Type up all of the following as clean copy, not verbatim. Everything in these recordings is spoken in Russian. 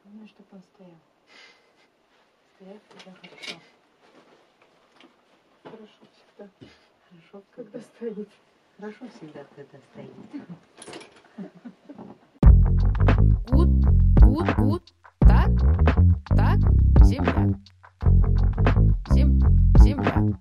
Главное, чтобы он стоял. Стоять всегда хорошо. Хорошо всегда, Хорошо, когда стоит. Хорошо всегда, когда стоит. Гуд, так, земля. Земля.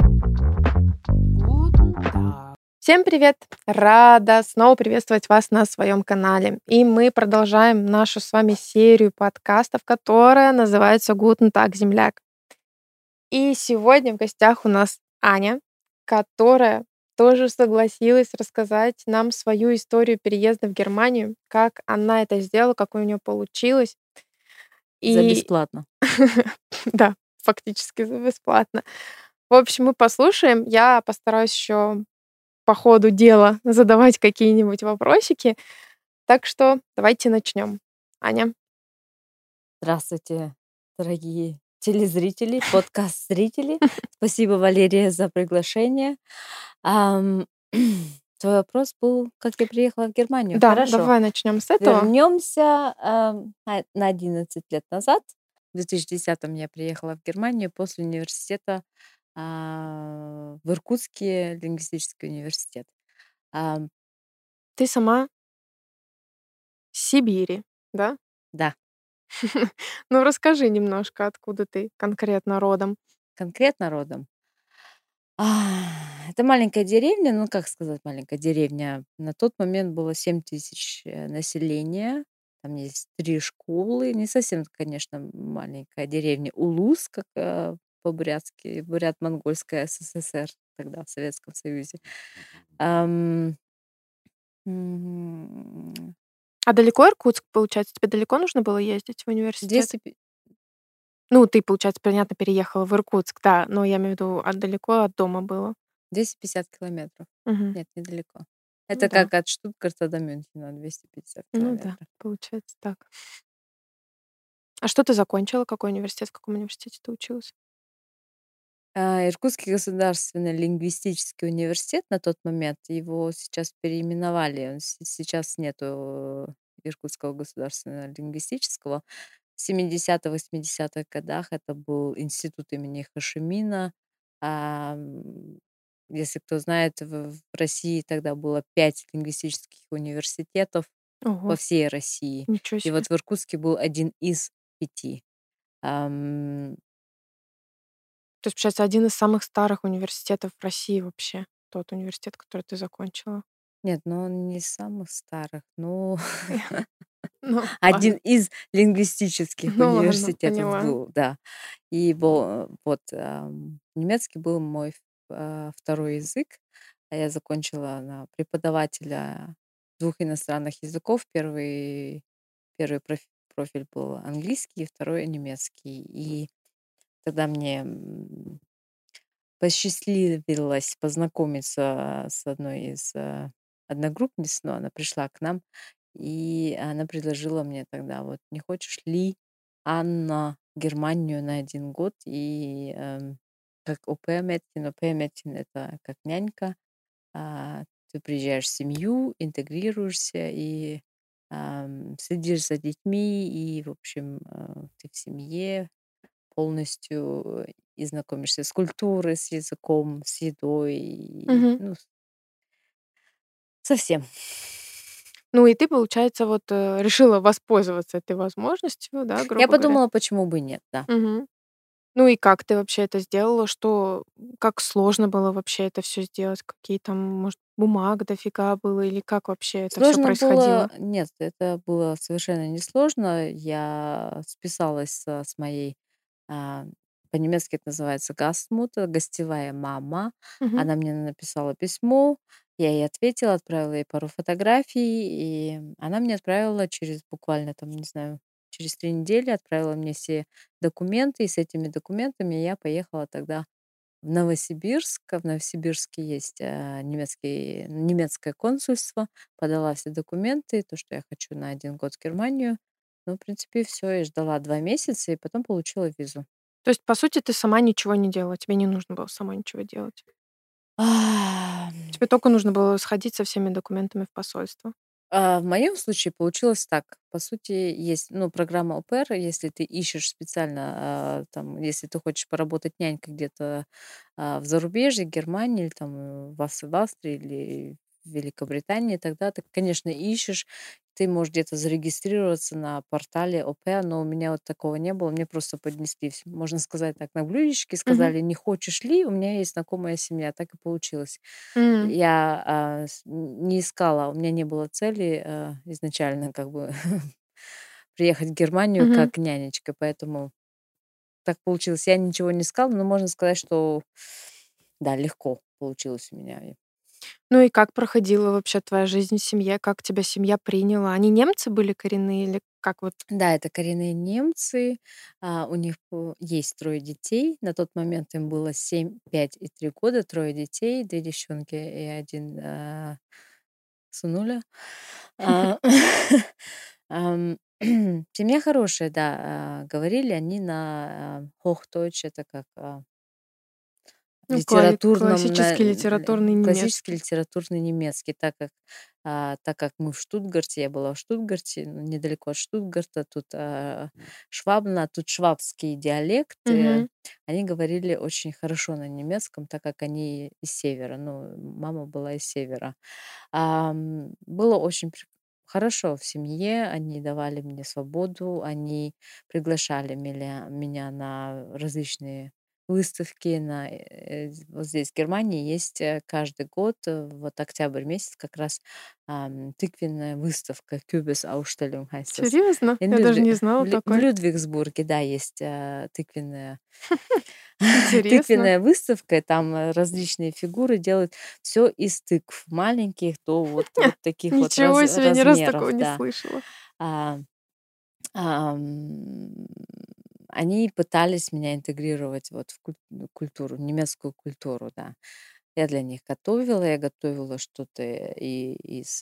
Так. Всем привет! Рада снова приветствовать вас на своем канале. И мы продолжаем нашу с вами серию подкастов, которая называется «Guten Tag, земляк». И сегодня в гостях у нас Аня, которая тоже согласилась рассказать нам свою историю переезда в Германию, как она это сделала, как у нее получилось. За И бесплатно. да, фактически за бесплатно. В общем, мы послушаем. Я постараюсь еще по ходу дела задавать какие-нибудь вопросики. Так что давайте начнем. Аня. Здравствуйте, дорогие телезрители, подкаст-зрители. Спасибо, Валерия, за приглашение. Ам, Твой вопрос был, как я приехала в Германию. Да, Хорошо. давай начнем с этого. Вернемся на 11 лет назад. В 2010-м я приехала в Германию после университета в Иркутске, лингвистический университет. Ам, Ты сама с Сибири, да? Да, Ну, расскажи немножко, откуда ты конкретно родом. конкретно родом. Это маленькая деревня, ну, как сказать маленькая деревня? На тот момент было 7000 населения. Там есть 3 школы. Не совсем, конечно, маленькая деревня. Улус, как по-бурятски, Бурят-Монгольская СССР тогда в Советском Союзе. Ам, м, А далеко Иркутск, получается? Тебе далеко нужно было ездить в университет? 200 Ну, ты, получается, понятно, переехала в Иркутск, да, но я имею в виду, далеко от дома было. 250 километров. Мгм. Нет, недалеко. Ну Это да. как от Штутгарта до Мюнхена, 250 Ну да, километров. получается так. А что ты закончила? Какой университет? В каком университете ты училась? Иркутский государственный лингвистический университет на тот момент, его сейчас переименовали. Сейчас нету Иркутского государственного лингвистического. В 70-80-х годах это был институт имени Хашимина. Если кто знает, в России тогда было 5 лингвистических университетов по Ого, всей России. ничего И себе. вот в Иркутске был один из 5. Ам, То есть, получается, один из самых старых университетов в России вообще, тот университет, который ты закончила. Нет, но он не из самых старых, но Ну, один ладно. из лингвистических Ну ладно, университетов поняла. был, да. И вот, немецкий был мой второй язык, а я закончила на преподавателя 2 иностранных языков. Первый профиль был английский, второй немецкий. И тогда мне посчастливилось познакомиться с одной из одногруппниц, но она пришла к нам, и она предложила мне тогда, вот, не хочешь ли, Анна, в Германию на 1 год, и как ОП-Mädchen. ОП-Mädchen — это как нянька. Ты приезжаешь в семью, интегрируешься и следишь за детьми, и, в общем, ты в семье полностью и знакомишься с культурой, с языком, с едой, и, Мгм. ну, со всем. Ну и ты, получается, вот, решила воспользоваться этой возможностью, да, Я грубо говоря. подумала, почему бы нет, да. Мгм. Ну и как ты вообще это сделала? Как сложно было вообще это все сделать? Какие там, может, бумаг дофига было или как вообще это все Сложно было? происходило? Нет, это было совершенно несложно. Я списалась с моей, а, по-немецки это называется Gastmutter, гостевая мама. Мгм. Она мне написала письмо, я ей ответила, отправила ей пару фотографий, и она мне отправила через буквально там, не знаю, через 3 недели отправила мне все документы, и с этими документами я поехала тогда в Новосибирск. В Новосибирске есть немецкое консульство. Подала все документы, то, что я хочу на 1 год в Германию. Ну, в принципе, все. Я ждала 2 месяца и потом получила визу. То есть, по сути, ты сама ничего не делала, тебе не нужно было сама ничего делать. Ам, Тебе только нужно было сходить со всеми документами в посольство. В моем случае получилось так. По сути, есть, ну, программа ОПР, если ты ищешь специально, там, если ты хочешь поработать нянькой где-то в зарубежье, Германии или там в Австрии или в Великобритании, тогда ты, конечно, ищешь, ты можешь где-то зарегистрироваться на портале ОПР, но у меня вот такого не было, мне просто поднесли, можно сказать так, на блюдечке, Мгм. сказали, не хочешь ли, у меня есть знакомая семья, так и получилось. М. Я, не искала, у меня не было цели, изначально как бы приехать в Германию Мгм. как нянечка, поэтому так получилось. Я ничего не искала, но можно сказать, что да, легко получилось у меня. Ну и как проходила вообще твоя жизнь в семье? Как тебя семья приняла? Они немцы были коренные или как вот? Да, это коренные немцы, у них есть 3 детей. На тот момент им было 7, 5 и 3 года, 3 детей, 2 девчонки и 1 сынуля. А, ам, Семья хорошая, да. Говорили они на, Hochdeutsch, это как, Ну, литературном, классический литературный классический немецкий. литературный немецкий, так как мы в Штутгарте, я была в Штутгарте, ну, недалеко от Штутгарта, тут, Швабна, тут швабский диалект, Мгм. они говорили очень хорошо на немецком, так как они из севера, ну, мама была из севера. Было очень хорошо в семье, они давали мне свободу, они приглашали меня на различные выставки. Вот здесь, в Германии, есть каждый год, вот октябрь месяц, как раз тыквенная выставка, Kürbis-Ausstellung heißt das. Серьезно? In Я даже Людви- не в знала Лю- в такой. Людвигсбурге, да, есть тыквенная Интересно. тыквенная выставка, и там, различные фигуры делают. Все из тыкв, маленьких до вот таких вот Ничего себе, ни разу такого размеров, не да. слышала. А, ам, Они пытались меня интегрировать вот в культуру, немецкую культуру, да. Я для них готовила, я готовила что-то и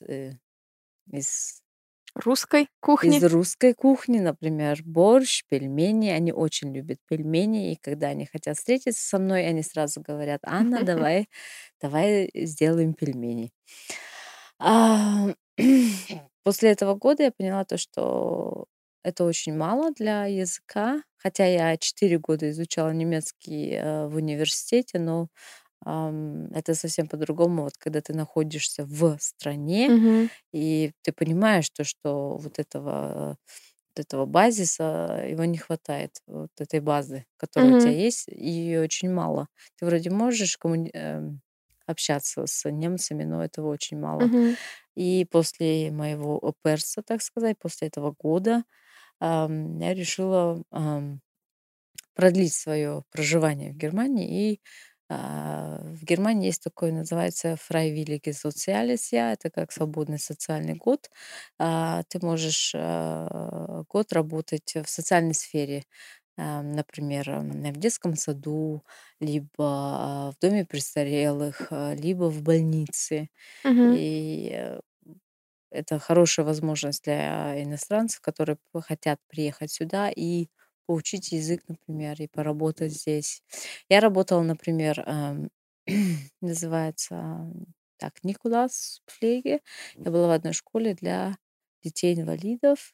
из Русской из кухни? русской кухни, например, борщ, пельмени. Они очень любят пельмени, и когда они хотят встретиться со мной, они сразу говорят: "Анна, давай сделаем пельмени". А, После этого года я поняла то, что это очень мало для языка, хотя я 4 года изучала немецкий, в университете, но, это совсем по-другому, вот когда ты находишься в стране, Мгм. и ты понимаешь то, что вот этого базиса, его не хватает, вот этой базы, которая у тебя Мгм. есть, и её очень мало. Ты вроде можешь общаться с немцами, но этого очень мало. Мгм. И после моего оперса, так сказать, после этого года, я решила, продлить свое проживание в Германии. И, в Германии есть такое, называется Freiwilliges Soziales Jahr. Это как свободный социальный год. Ты можешь, год работать в социальной сфере. Например, в детском саду, либо, в доме престарелых, либо в больнице. Мгм. И, это хорошая возможность для иностранцев, которые хотят приехать сюда и поучить язык, например, и поработать здесь. Я работала, например, называется так, Николас Пфлеге. Я была в одной школе для детей-инвалидов,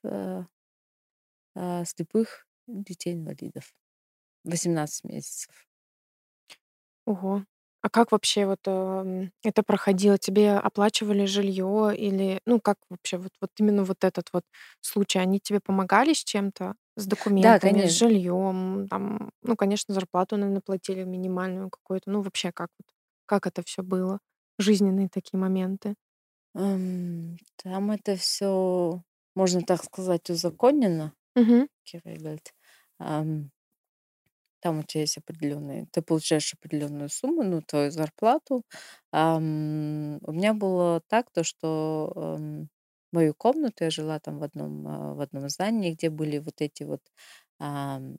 слепых детей-инвалидов. 18 месяцев. Ого. А как вообще вот, это проходило? Тебе оплачивали жилье или, ну, как вообще вот именно вот этот вот случай? Они тебе помогали с чем-то? С Да, документами, с конечно. жильем, там, ну, конечно, зарплату, наверно, платили минимальную какую-то. Ну, вообще, как вот, как это все было? Жизненные такие моменты. Там это все, можно так сказать, узаконено. Мгм. Geregelt. Ам, Там у тебя есть определенные, ты получаешь определенную сумму, ну, твою зарплату. У меня было так, то что, мою комнату, я жила там в одном здании, где были вот эти вот, ам,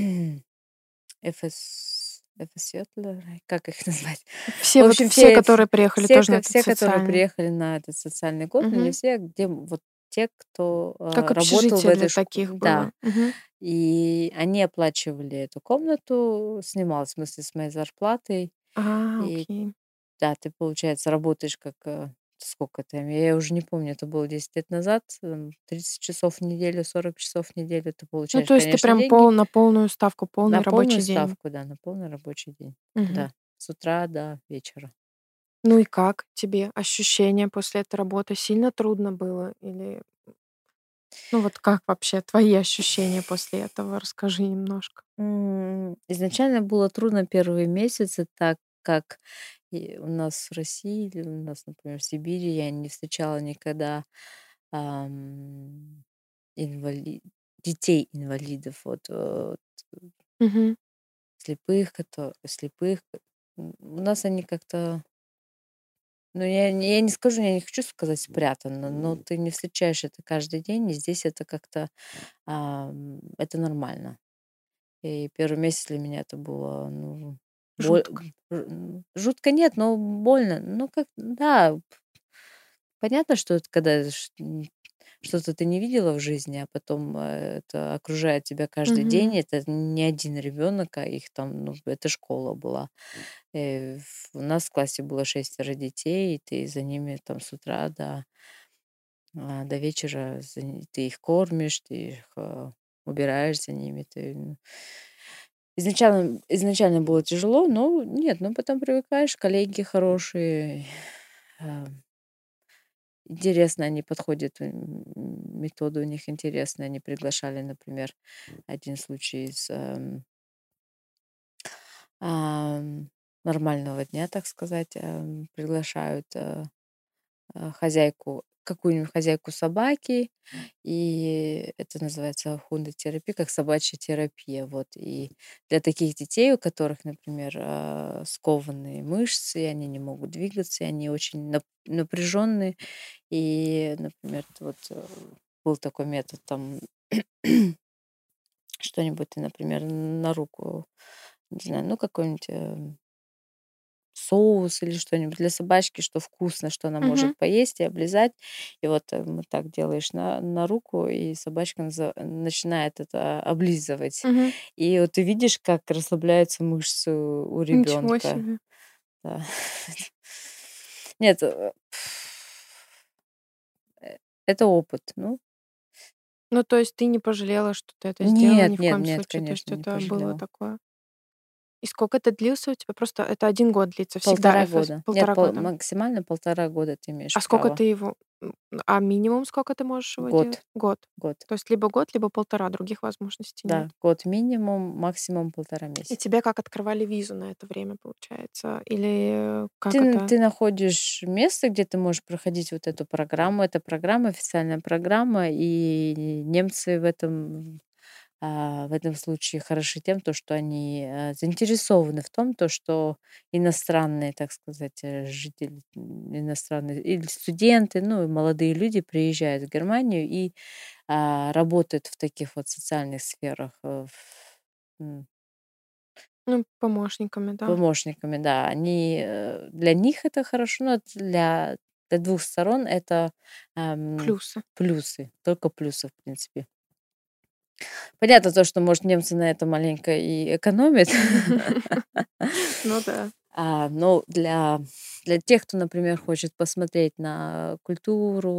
ФСЙ, как их назвать? В Все вот общем, все, все которые приехали тоже на этот которые социальный. приехали на этот социальный год, но не Мгм. все, где вот те, кто, Как работал в общежитие для этой таких школе. было. Да. Мгм. И они оплачивали эту комнату, снималась, в смысле, с моей зарплатой. А, И окей. да, ты, получается, работаешь как, сколько там, я уже не помню, это было 10 лет назад, 30 часов в неделю, 40 часов в неделю, ты Ну, получаешь, то есть ты конечно, прям деньги на полную ставку, полный на полную рабочий день. ставку, да, на полный рабочий день. Мгм. Да, с утра до вечера. Ну и как тебе ощущения после этой работы? Сильно трудно было или ну вот как вообще твои ощущения после этого? Расскажи немножко. Изначально было трудно первые месяцы, так как и у нас в России или у нас, например, в Сибири я не встречала никогда ам, инвали- детей-инвалидов, Мгм. слепых. У нас они как-то, ну, я не скажу, я не хочу сказать спрятано, но ты не встречаешь это каждый день, и здесь это как-то, это нормально. И первый месяц для меня это было, ну, Жутко. жутко нет, но больно. Ну, как, да, понятно, что это когда что-то ты не видела в жизни, а потом это окружает тебя каждый день. Мгм. Это не один ребенок, а их там, ну, это школа была. У нас в классе было 6 детей, и ты за ними там с утра до вечера ты их кормишь, ты их убираешь за ними. Изначально было тяжело, но нет, ну потом привыкаешь, коллеги хорошие, а, интересно они подходят, методы у них интересные. Они приглашали, например, один случай из ам, нормального дня, так сказать, приглашают хозяйку, какую-нибудь хозяйку собаки, и это называется хундотерапия, как собачья терапия. Вот. И для таких детей, у которых, например, скованные мышцы, и они не могут двигаться, и они очень напряженные. И, например, был такой метод, там что-нибудь ты, например, на руку, не знаю, ну какой-нибудь соус или что-нибудь для собачки, что вкусно, что она Мгм. может поесть и облизать. И вот так делаешь на руку, и собачка начинает это облизывать. Мгм. И вот ты видишь, как расслабляются мышцы у Ничего ребенка. себе. Да. Нет, э, это опыт. Ну, Ну, то есть ты не пожалела, что ты это сделала нет, ни в нет, коем нет, случае? То есть конечно, не это было пожалела. такое. И сколько это длился у тебя? Просто это 1 год длится всегда 1,5 года. Нет, 1,5 года? максимально 1,5 года ты А имеешь сколько право. ты его а минимум сколько ты можешь его делать? Год, Год. год. То есть либо год, либо 1,5, других возможностей нет. Да, год минимум, максимум 1,5 И месяца. тебе как открывали визу на это время, получается? Или как Ты это? ты находишь место, где ты можешь проходить вот эту программу. Это программа, официальная программа, и немцы в этом случае хороши тем, то, что они, заинтересованы в том, то, что иностранные, так сказать, жители, иностранные или студенты, ну, и молодые люди приезжают в Германию и, работают в таких вот социальных сферах, м, Ну, помощниками, да. помощниками, да. Для них это хорошо, но для двух сторон это, Плюсы. плюсы, только плюсы, в принципе. Понятно то, что, может, немцы на это маленько и экономят. Ну да. Но для тех, кто, например, хочет посмотреть на культуру,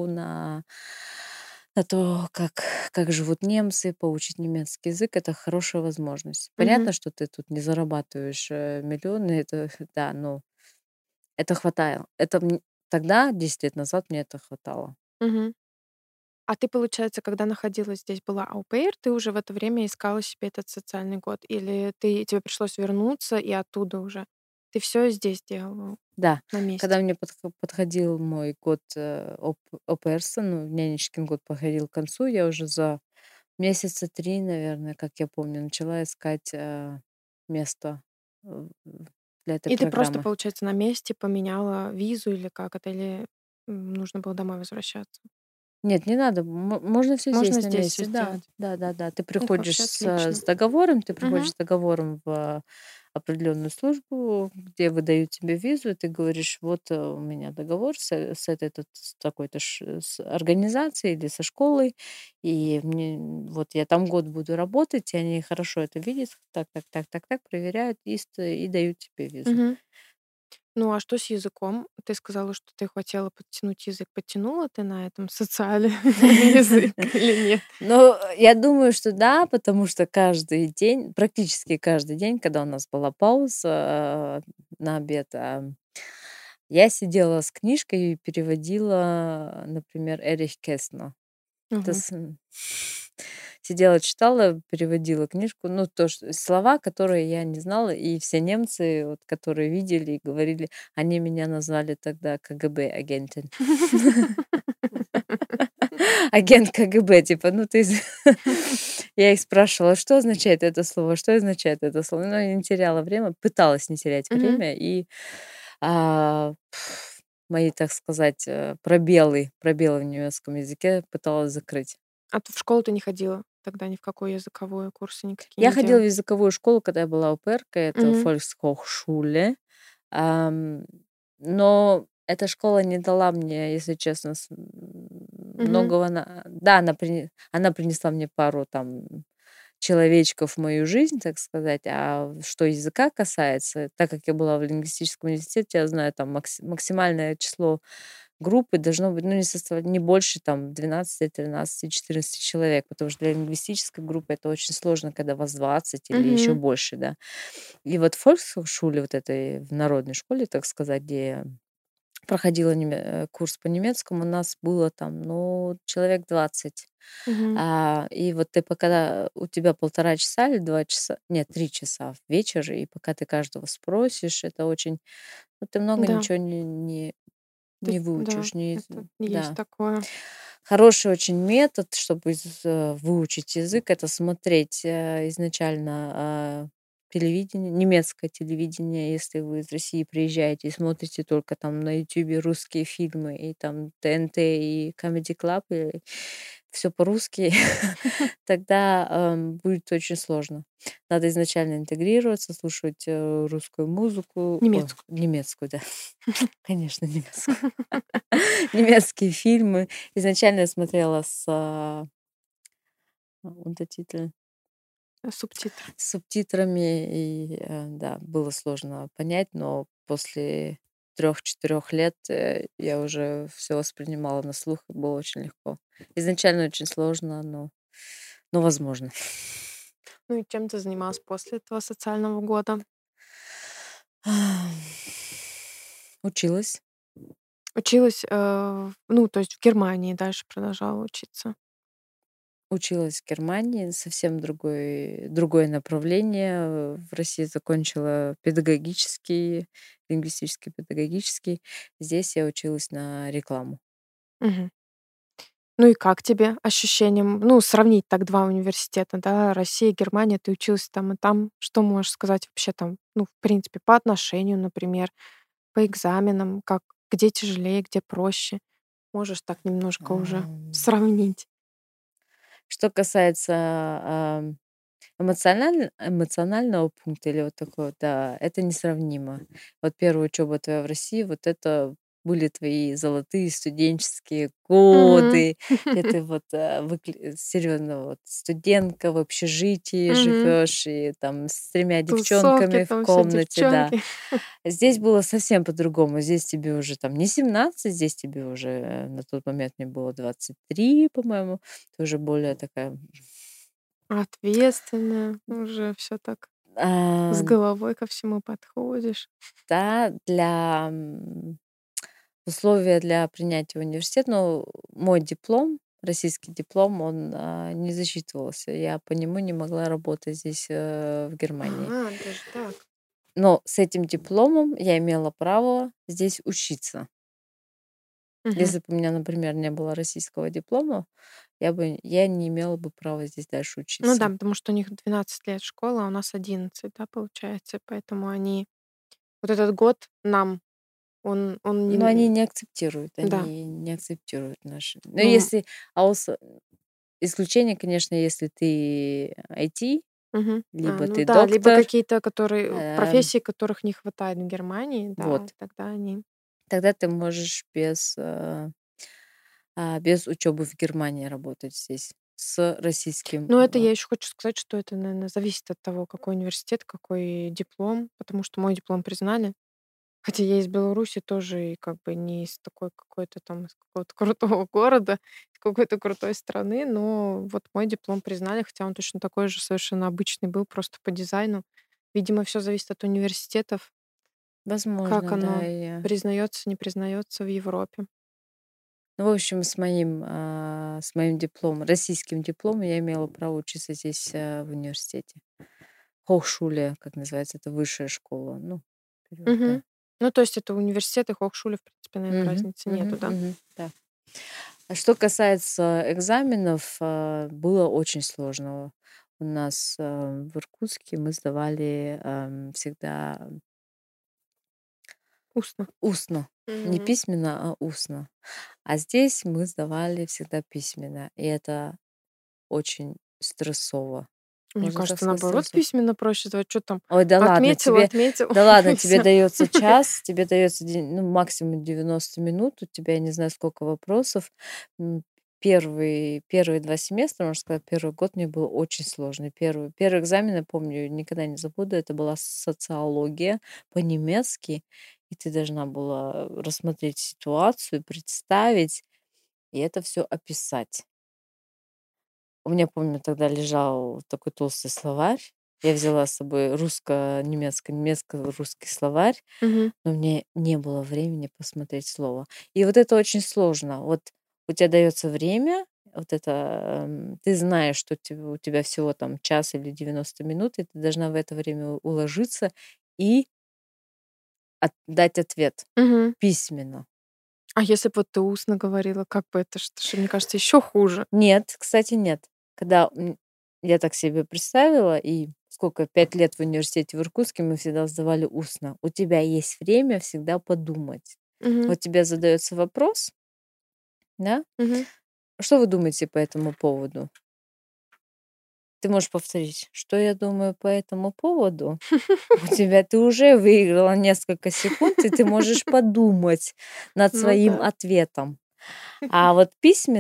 на то, как живут немцы, поучить немецкий язык, это хорошая возможность. Мгм. Понятно, что ты тут не зарабатываешь миллионы, это да, но это хватает. Тогда, 10 лет назад, мне это хватало. Мгм. А ты, получается, когда находилась здесь, была au-pair, ты уже в это время искала себе этот социальный год? Или тебе пришлось вернуться и оттуда уже? Ты все здесь делала, Да, на когда месте? мне подходил мой год оперса, ну, нянечкин год подходил к концу, я уже за месяца 3, наверное, как я помню, начала искать место для этой И ты просто, программы. получается, на месте поменяла визу или как это? Или нужно было домой возвращаться? Нет, не надо. Можно все здесь Можно на здесь все месте. Да, сделать? да, да, да. Ты Это приходишь вообще с отлично. договором, ты приходишь Мгм. с договором в определенную службу, где выдают тебе визу, и ты говоришь, вот у меня договор с этой с такой-то с организацией или со школой, и вот я там год буду работать, и они хорошо это видят, так, так, так, так, так, проверяют и дают тебе визу. Мгм. Ну, а что с языком? Ты сказала, что ты хотела подтянуть язык. Подтянула ты на этом социале язык или нет? Ну, я думаю, что да, потому что каждый день, практически каждый день, когда у нас была пауза на обед, я сидела с книжкой и переводила, например, Эрих Kästner. Это Мгм. сидела, читала, переводила книжку. Ну, то, что слова, которые я не знала, и все немцы, вот, которые видели и говорили, они меня назвали тогда КГБ-агентом. Агент КГБ, типа, ну ты... Я их спрашивала, что означает это слово, что означает это слово. Но я не теряла время, пыталась не терять Мгм. время, и а, мои, так сказать, пробелы в немецком языке пыталась закрыть. А ты в школу-то не ходила тогда ни в какой языковой курсы никакие Я не ходила в делала? языковую школу, когда я была АУПРкой, это Мгм. Volkshochschule, ам, но эта школа не дала мне, если честно, Мгм. многого. Да, она принесла мне пару там человечков в мою жизнь, так сказать. А что языка касается, так как я была в лингвистическом университете, я знаю, там максимальное число группы должно быть, ну, не больше там 12, 13, 14 человек, потому что для лингвистической группы это очень сложно, когда вас 20 или еще Мгм. больше, да. И вот в Volkshochschule, вот этой в народной школе, так сказать, где я проходила курс по немецкому, у нас было там, ну, человек 20. Мгм. И вот ты пока у тебя 1,5 часа или 2 часа, нет, 3 часа в вечер, и пока ты каждого спросишь, это очень, ну, ты много Да, ничего не да, выучишь, это есть да. такое. Хороший очень метод, чтобы выучить язык, это смотреть изначально телевидение, немецкое телевидение, если вы из России приезжаете и смотрите только там на Ютубе русские фильмы и там ТНТ и Comedy Club, и все по-русски, тогда будет очень сложно. Надо изначально интегрироваться, слушать русскую музыку, Немецкую. немецкую, да, конечно, немецкую. Немецкие фильмы. Изначально я смотрела Untertitel, Субтитры. с субтитрами, и, да, было сложно понять, но после 3-4 лет, я уже все воспринимала на слух, и было очень легко. Изначально очень сложно, но возможно. Ну и чем ты занималась после этого социального года? Училась. Училась, ну, то есть в Германии дальше продолжала учиться. Училась в Германии, совсем другое направление. В России закончила педагогический, лингвистический педагогический. Здесь я училась на рекламу. Мгм. Ну и как тебе ощущение, ну, сравнить так 2 университета, да, Россия, Германия, ты училась там и там. Что можешь сказать вообще там, ну, в принципе, по отношению, например, по экзаменам, как где тяжелее, где проще? Можешь так немножко уже Ам, сравнить? Что касается эмоционального пункта или вот такого, да, это несравнимо. Вот первая учеба твоя в России, вот это были твои золотые студенческие Мгм. годы, где ты вот серьезно вот студентка в общежитии Мгм. живешь и там с 3 Тусовки, девчонками в там все комнате, да. девчонки. Здесь было совсем по-другому. Здесь тебе уже там не 17, здесь тебе уже на тот момент мне было 23, по-моему. Ты уже более такая Ответственная, уже все так с а, головой ко всему подходишь. да, условия для принятия в университет, но мой диплом, российский диплом, он не засчитывался. Я по нему не могла работать здесь, в Германии. Даже так. Но с этим дипломом я имела право здесь учиться. Мгм. Если бы у меня, например, не было российского диплома, я не имела бы права здесь дальше Ну да, учиться. потому что у них 12 лет школа, а у нас 11, да, получается. Поэтому они вот этот год нам, он Но не они не акцептируют, да, они не акцептируют наши. Но ну, если, а ус- исключение, конечно, если ты IT, мгм. либо Ну ты да, либо доктор, какие-то, которые эм, профессии, которых не хватает в Германии, да, вот, тогда они тогда ты можешь без учебы в Германии работать здесь с российским. Но это я еще хочу сказать, что это, наверно, зависит от того, какой университет, какой диплом, потому что мой диплом признали. Хотя я из Беларуси тоже, и как бы не из такой какой-то там, из какого-то крутого города, из какой-то крутой страны, но вот мой диплом признали, хотя он точно такой же, совершенно обычный был, просто по дизайну. Видимо, все зависит от университетов, как Возможно, да. оно признается, не признается в Европе. Ну, в общем, с моим дипломом, российским дипломом, я имела право учиться здесь в университете. Hochschule, как называется, это высшая школа. Ну, вперед, да. Мгм. Ну, то есть это университет и Хохшуле, в принципе, наверное, Мгм, разницы нету, да? да. А что касается экзаменов, было очень сложно. У нас в Иркутске мы сдавали всегда Устно. устно. Не Мгм. письменно, а устно. А здесь мы сдавали всегда письменно. И это очень стрессово. Мне Можно так кажется, сказать, наоборот, стрессово. письменно проще сдавать. Что там? Ой, Отметил, отметил, да и ладно, тебе все. дается час, тебе дается ну, максимум 90 минут, у тебя я не знаю сколько вопросов. Первые 2 семестра, можно сказать, первый год мне было очень сложный. Первый экзамен, я помню, никогда не забуду, это была социология по-немецки, и ты должна была рассмотреть ситуацию, представить, и это все описать. У меня, помню, тогда лежал такой толстый словарь. Я взяла с собой немецко-русский словарь, Мгм. но мне не было времени посмотреть слово. И вот это очень сложно. Вот у тебя дается время, вот это ты знаешь, что у тебя всего там час или 90 минут, и ты должна в это время уложиться и дать ответ Мгм. письменно. А если бы вот ты устно говорила, как бы это что, мне кажется, еще хуже. Нет, кстати, нет. Когда я так себе представила, и сколько, 5 лет в университете в Иркутске мы всегда сдавали устно. У тебя есть время всегда подумать. Мгм. Вот тебе задается вопрос, да? Мгм. Что вы думаете по этому поводу? Ты можешь повторить, что я думаю по этому поводу? Ты уже выиграла несколько секунд, и ты можешь подумать над Ну своим да. ответом. А вот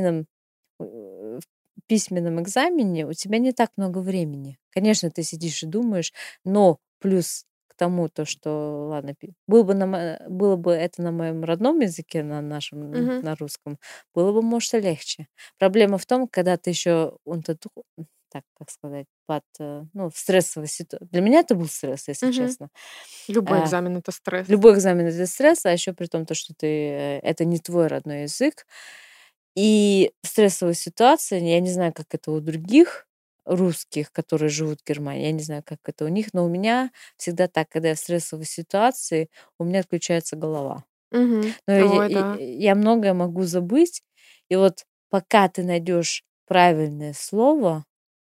в письменном экзамене у тебя не так много времени. Конечно, ты сидишь и думаешь, но плюс к тому, то, что, ладно, было бы это на моем родном языке, на нашем, Мгм. на русском, было бы, может, и легче. Проблема в том, когда ты еще, так, как сказать, ну, в стрессовой ситуации. Для меня это был стресс, если Мгм. честно. Любой Э, экзамен — это стресс. Любой экзамен — это стресс, а еще при том, то, что это не твой родной язык. И в стрессовой ситуации, я не знаю, как это у других русских, которые живут в Германии, я не знаю, как это у них, но у меня всегда так, когда я в стрессовой ситуации, у меня отключается голова. Мгм. Но Ой, да. я многое могу забыть, и вот пока ты найдешь правильное слово,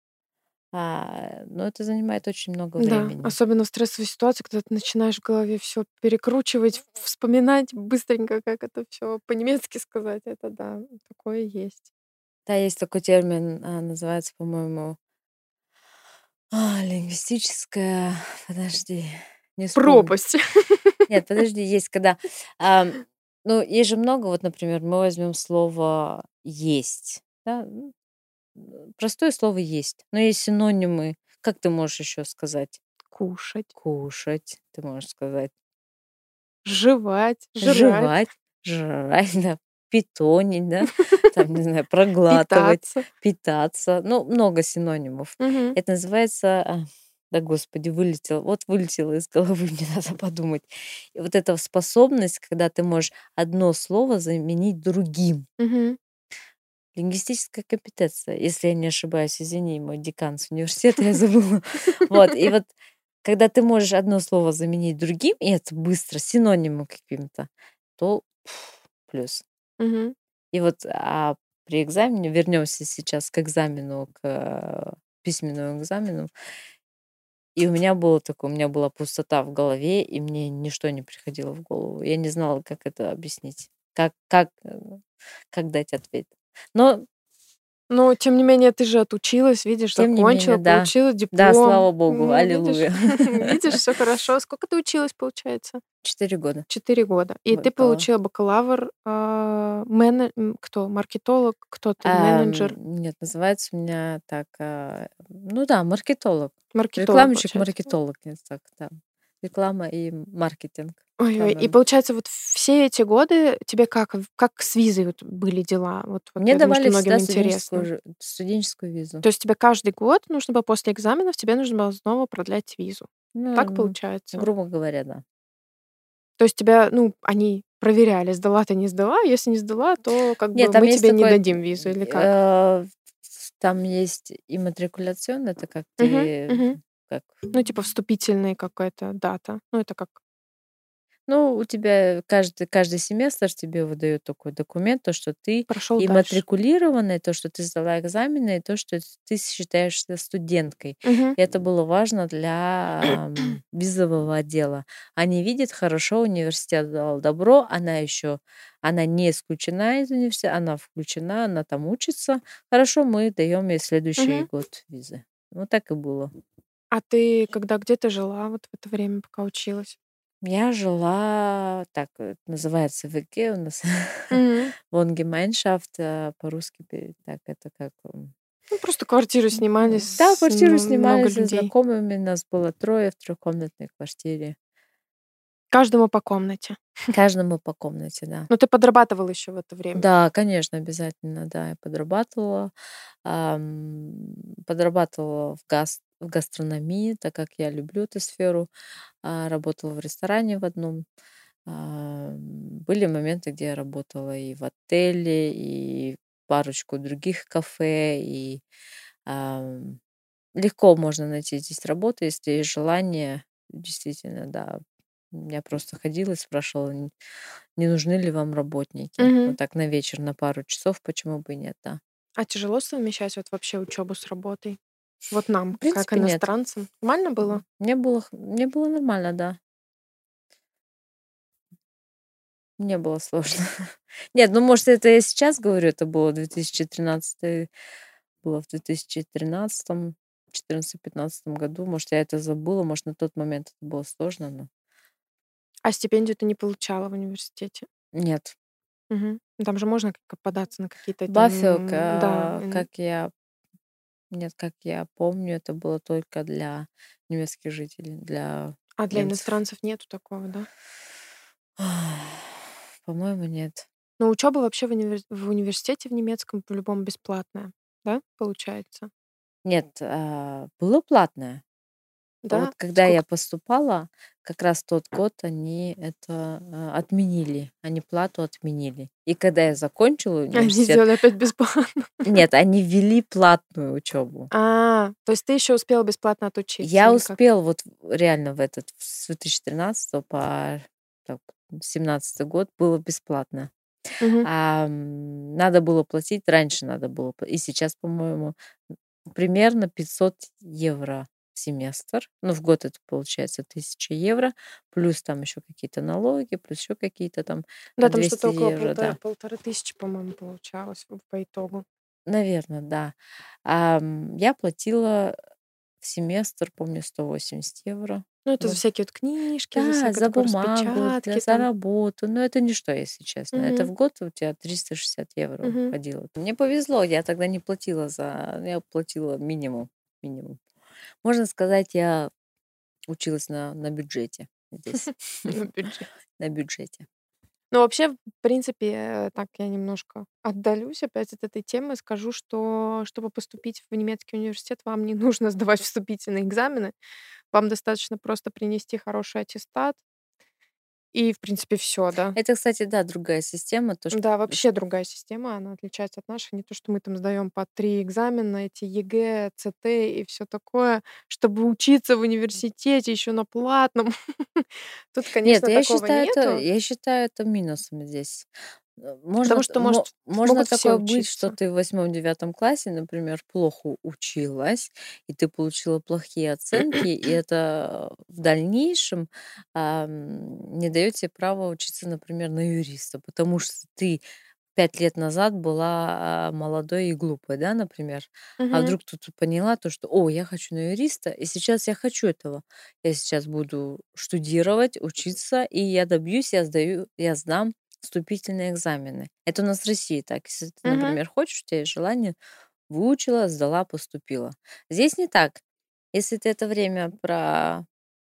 ну, это занимает очень много Да, времени. особенно в стрессовой ситуации, когда ты начинаешь в голове все перекручивать, вспоминать быстренько, как это все по-немецки сказать. Это да, такое есть. Да, есть такой термин, называется, по-моему, лингвистическая, подожди, не вспомню. Пропасть. Нет, подожди, есть когда, ам, ну, есть же много, вот, например, мы возьмем слово есть, да, простое слово есть, но есть синонимы. Как ты можешь еще сказать? Кушать, Кушать, ты можешь сказать. жевать, жрать, Жевать, жрать, да, питонить, да, там, не знаю, проглатывать, питаться. питаться. Ну, много синонимов. Мгм. Это называется, да, господи, вылетело из головы, мне надо подумать. И вот эта способность, когда ты можешь одно слово заменить другим. Мгм. Лингвистическая компетенция, если я не ошибаюсь, извини, мой декан с университета, я забыла. Вот, и вот когда ты можешь одно слово заменить другим, и это быстро, синонимом каким-то, то плюс. Мгм. И вот, при экзамене, вернемся сейчас к экзамену, письменному экзамену, и у меня была пустота в голове, и мне ничто не приходило в голову. Я не знала, как это объяснить, как дать ответ. Но Но тем не менее ты же отучилась, видишь, тем не менее, закончила, да. получила Да, диплом. слава богу, Ну, видишь, аллилуйя. видишь, все хорошо. Сколько ты училась, получается? 4 года 4 года. И ты бакалавр. получила бакалавр, кто? Маркетолог? Кто ты? Менеджер? Нет, называется у меня так, ну да, маркетолог. Маркетолог, получается. Рекламщик-маркетолог, я так, да. Реклама и маркетинг. Ой-ой, и Самое. получается, вот все эти годы тебе как с визой вот были дела? Вот Мне я думаю, что давали многим всегда студенческую, интересно. студенческую визу. То есть тебе каждый год нужно было после экзаменов, тебе нужно было снова продлять визу. Ну, Так получается? грубо говоря, да. То есть тебя, ну, они проверяли, сдала ты, не сдала. Если не сдала, то как Нет, бы там мы есть тебе не такое, дадим визу или как? э, там есть имматрикуляцион, это как Мгм, ты, мгм. как Ну, типа вступительная какая-то дата. Ну, это как Ну, у тебя каждый семестр тебе выдает такой документ, то, что ты прошел дальше. имматрикулированный, то, что ты сдала экзамены, и то, что ты считаешься студенткой. Мгм. И это было важно для визового отдела. Они видят, хорошо, университет дал добро, она не исключена из университета, она включена, она там учится. Хорошо, мы даем ей следующий Мгм. год визы. Вот так и было. А ты где ты жила вот в это время, пока училась? Я жила, так называется ВГ у нас, Мгм. Wohngemeinschaft, по-русски так это как... Ну, просто квартиру снимали Да, с квартиру много снимали со людей. знакомыми, нас было трое в трехкомнатной квартире. Каждому по комнате. Каждому по комнате, да. Но ты подрабатывала еще в это время? Да, конечно, обязательно, да, я подрабатывала в гастрономии, так как я люблю эту сферу, работала в ресторане в одном. Были моменты, где я работала и в отеле, и парочку других кафе, и ам, легко можно найти здесь работу, если есть желание. Действительно, да. Я просто ходила и спрашивала, не нужны ли вам работники. Мгм. Вот так на вечер, на пару часов, почему бы и нет, да. А тяжело совмещать вот вообще учебу с работой? Вот нам, В как принципе, нет. иностранцам. Нормально было? Мне было нормально, да. Не было сложно. Нет, ну, может, это я сейчас говорю, это было 2013, было в 2013, 14-15 году. Может, я это забыла, может, на тот момент это было сложно, но А стипендию ты не получала в университете? нет. Мгм. Там же можно как податься на какие-то Баффинг, там, да. как я помню, это было только для немецких жителей, для А для немцев. иностранцев нету такого, да? По-моему, нет. Но учеба вообще в университете в немецком по-любому бесплатная, да, получается? Нет, было платное. Вот Да? когда я Сколько поступала, как раз тот год они это, отменили, они плату отменили. И когда я закончила они университет, сделали опять бесплатно? нет, они ввели платную учебу. То есть ты еще успела бесплатно отучиться Я или как? успела вот реально с 2013 по так, 17 год было бесплатно. Мгм. Надо было платить, раньше надо было, и сейчас, по-моему, примерно 500 евро в семестр. Ну, в год это получается 1000 евро, плюс там еще какие-то налоги, плюс еще какие-то там Да, там 200 что-то около евро, да. 1500, по-моему, получалось по итогу. Наверное, да. Я платила в семестр, помню, 180 евро. Ну, это за Вот. всякие вот книжки, за Да, всякое за такое бумагу, распечатки за там. работу. Но это ничто, если честно. Это Мгм. в год у тебя 360 евро Мгм. уходило. Мне повезло, я тогда не платила я платила минимум. Минимум. Можно сказать, я училась на бюджете здесь. На бюджете. На бюджете. Ну, вообще, в принципе, так я немножко отдалюсь опять от этой темы. Скажу, что чтобы поступить в немецкий университет, вам не нужно сдавать вступительные экзамены. Вам достаточно просто принести хороший аттестат, и, в принципе, все, да. Это, кстати, да, другая система. То, что Да, вообще другая система, она отличается от нашей. Не то, что мы там сдаем по 3 экзамена, эти ЕГЭ, ЦТ и все такое, чтобы учиться в университете еще на платном. Тут, Нет, конечно, такого нету, я считаю это минусом здесь. потому что, может, Можно могут все такое быть, что учиться. ты в 8-9 классе, например, плохо училась, и ты получила плохие оценки, и это в дальнейшем не дает тебе права учиться, например, на юриста, потому что ты 5 лет назад была молодой и глупой, да, например. А Мгм. вдруг тут поняла то, что, о, я хочу на юриста, и сейчас я хочу этого. Я сейчас буду штудировать, учиться, и я добьюсь, я сдам вступительные экзамены. Это у нас в России так. Если ты, Мгм. например, хочешь, у тебя есть желание, выучила, сдала, поступила. Здесь не так. Если ты это время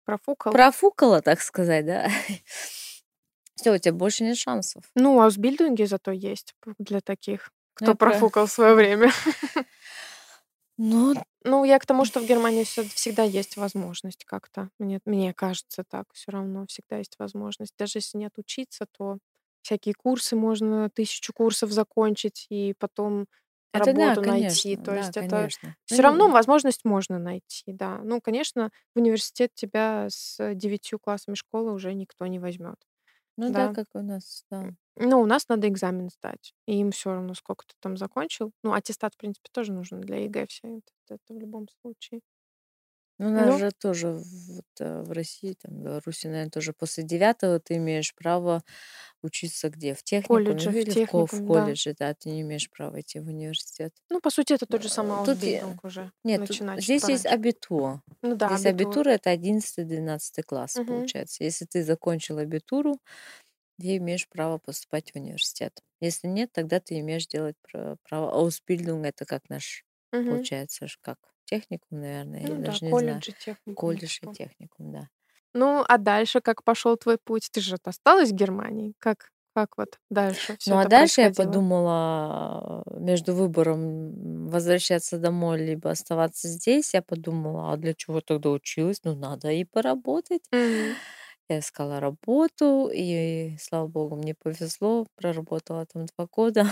профукал. профукала, так сказать, да, все, у тебя больше нет шансов. Ну, а Ausbildung зато есть для таких, Ну, я кто про... профукал в свое время. Ну, Ну, я к тому, что в Германии всегда есть возможность как-то. Мне кажется так. Все равно всегда есть возможность. Даже если не отучиться, то всякие курсы можно, 1000 курсов закончить и потом это да, работу найти. конечно, То да, есть это конечно. все равно возможность можно найти, да. Ну, конечно, в университет тебя с 9 классами школы уже никто не возьмет, Ну да, да. как у нас, да. Ну, у нас надо экзамен сдать, и им все равно, сколько ты там закончил. Ну, аттестат, в принципе, тоже нужен для ЕГЭ всё это в любом случае. Ну, у нас Ну, же тоже в России, там, в Беларуси, наверное, тоже после 9 ты имеешь право учиться где? В техникуме колледжи, в или в техникуме, да. колледже, да, ты не имеешь права идти в университет. Ну, по сути, это тот же самый Тут Ausbildung уже. нет, Начинать чуть здесь есть пораньше. абитур. Ну да, Здесь абитур. абитур это 11-12 класс, Мгм. получается. Если ты закончил абитуру, ты имеешь право поступать в университет. Если нет, тогда ты имеешь делать право. Ausbildung это как наш, Мгм. получается, как техникум, наверное, я Ну да, даже не знаю. колледжи, техникумы, Колледж и типа. техникум, да. Ну, а дальше как пошел твой путь? Ты же осталась в Германии. Как вот дальше все Ну, а это дальше я происходило? подумала, между выбором возвращаться домой либо оставаться здесь, я подумала, а для чего тогда училась? Ну, надо и поработать. Мгм. Я искала работу, и, слава богу, мне повезло, проработала там 2 года.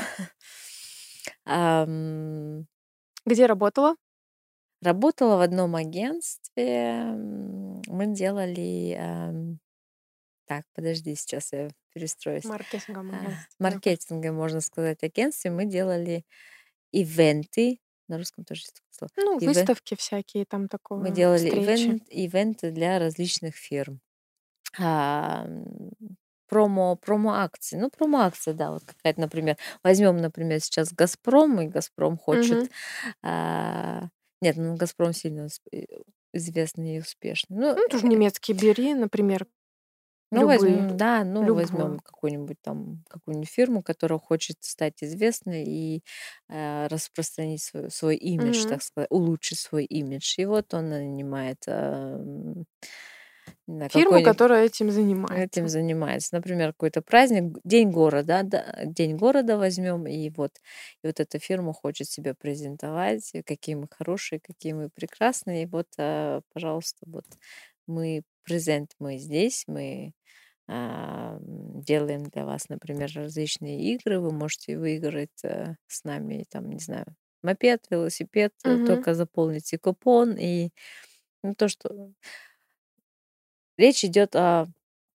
Ам, Где работала? Работала в одном агентстве, мы делали, так, подожди, сейчас я перестроюсь. Маркетинговом агентстве, мне кажется. Маркетинговом, можно сказать, агентстве. Мы делали ивенты, на русском тоже есть такое Ну, слово. выставки всякие там Мы такое, делали встречи. ивенты для различных фирм. Промо-акции. Ну, промо-акция, да, вот какая-то, например. Возьмем, например, сейчас «Газпром», и «Газпром» хочет... Мгм. а, Нет, ну, «Газпром» сильно известный и успешный. Ну, Ну, тоже немецкие бери, например, ну, любые, возьмем, да, ну, возьмем любую. какую-нибудь там, какую-нибудь фирму, которая хочет стать известной и распространить свой имидж, Мгм. так сказать, улучшить свой имидж. И вот он нанимает на Фирму, какой-нибудь которая этим этим занимается. занимается. Например, какой-то праздник, День города, да, День города возьмем, и вот эта фирма хочет себя презентовать, и какие мы хорошие, какие мы прекрасные. И вот, пожалуйста, вот мы здесь, мы делаем для вас, например, различные игры. Вы можете выиграть с нами, там, не знаю, мопед, велосипед, Мгм. только заполните купон. И ну, то, что речь идет о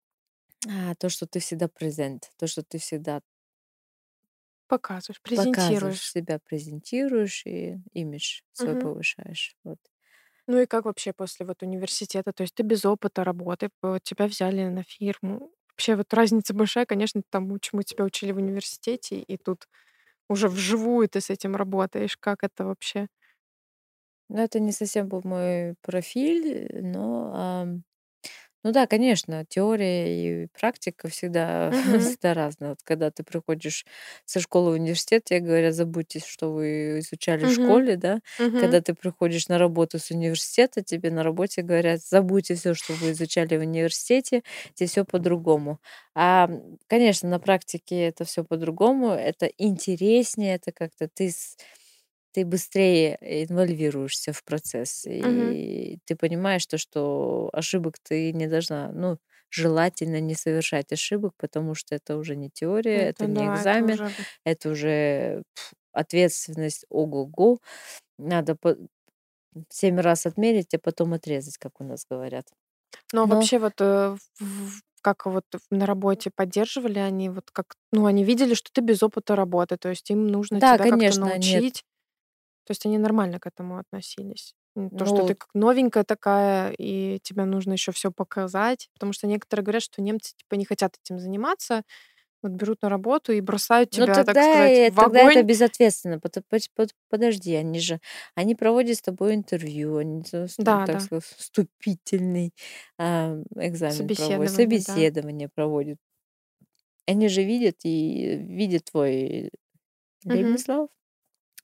то, что ты всегда презент, то, что ты всегда Показываешь, показываешь презентируешь. себя, презентируешь и имидж свой Мгм. повышаешь. Вот. Ну и как вообще после вот университета? То есть ты без опыта работы, вот тебя взяли на фирму. Вообще вот разница большая, конечно, тому, чему тебя учили в университете, и тут уже вживую ты с этим работаешь. Как это вообще? Но это не совсем был мой профиль, но ну да, конечно, теория и практика всегда, Мгм. всегда разные. Вот когда ты приходишь со школы в университет, тебе говорят, забудьте, что вы изучали в Мгм. школе, да. Мгм. Когда ты приходишь на работу с университета, тебе на работе говорят, забудьте все, что вы изучали в университете, здесь все по-другому. Конечно, на практике это все по-другому, это интереснее, это как-то ты быстрее инвольвируешься в процесс, Мгм. и ты понимаешь то, что ошибок ты не должна, ну, желательно не совершать ошибок, потому что это уже не теория, это Это не да, это экзамен, уже это уже ответственность ого-го. Надо 7 раз отмерить, а потом отрезать, как у нас говорят. Ну, а Но вообще вот, как вот на работе поддерживали они, вот как, ну, они видели, что ты без опыта работы, то есть им нужно да, тебя как-то конечно, нет. научить. То есть они нормально к этому относились. То, что ты Ну, как новенькая такая, и тебе нужно еще все показать. Потому что некоторые говорят, что немцы типа не хотят этим заниматься, вот берут на работу и бросают ну тебя, так сказать, в тогда это огонь. безответственно. Подожди, они проводят с тобой интервью, они, Да, так да, сказать, вступительный экзамен проводят, собеседование, да. собеседование проводят. Они же видят и видят твой Мгм. Lebenslauf,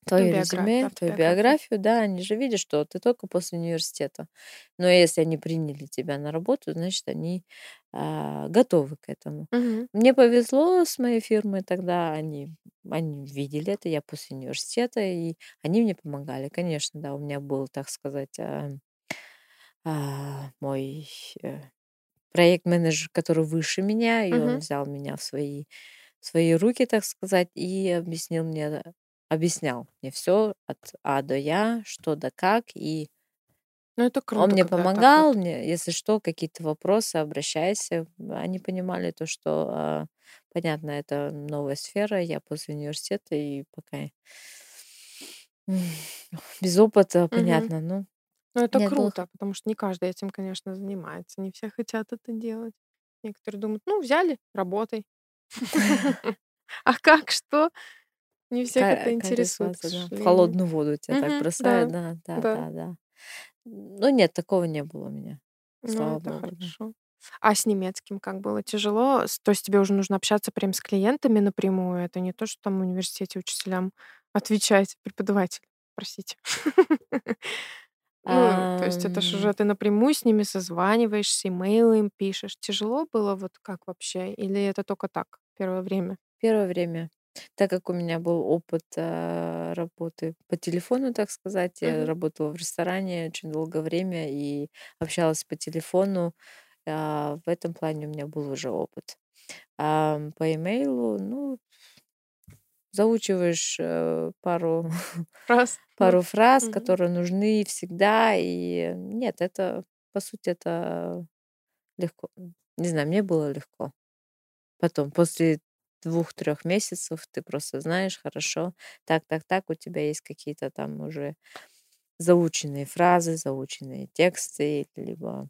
твое биографию, резюме, твою автобиографию. биографию, да, они же видят, что ты только после университета. Но если они приняли тебя на работу, значит, они готовы к этому. Мгм. Мне повезло с моей фирмой тогда, они видели это, я после университета, и они мне помогали. Конечно, да, у меня был, так сказать, мой проект-менеджер, который выше меня, и он Мгм. взял меня в свои руки, так сказать, и объяснял мне все от А до Я, что да как, и Ну, это он круто, мне когда так помогал, вот. мне, если что, какие-то вопросы, обращайся. Они понимали то, что, понятно, это новая сфера, я после университета, и пока м, без опыта, Мгм. понятно, ну, Ну, это нет, было круто, потому что не каждый этим, конечно, занимается. Не все хотят это делать. Некоторые думают: "Ну, взяли, работай". А как, что? Не всех это Каждый интересует, к сразу, да, в сожалению. холодную воду тебя так Мгм. бросает, Да, да, да, да. да, да. Ну нет, такого не было у меня, Ну, слава это богу, да. хорошо. А с немецким как было? Тяжело? То есть тебе уже нужно общаться прям с клиентами напрямую? Это не то, что там в университете учителям отвечать, преподаватель, простите. Ну, то есть это ж Ам, уже ты напрямую с ними созваниваешься, имейлы им пишешь. Тяжело было вот как вообще? Или это только так, первое время? Первое время, так как у меня был опыт, работы по телефону, так сказать, я Мгм. работала в ресторане очень долгое время и общалась по телефону, в этом плане у меня был уже опыт. По имейлу, ну, заучиваешь, пару Раз, да. пару фраз, Мгм. которые нужны всегда. И нет, это, по сути, это легко. Не знаю, мне было легко. Потом, после 2-3 месяцев ты просто знаешь, хорошо, так, так, так, у тебя есть какие-то там уже заученные фразы, заученные тексты, либо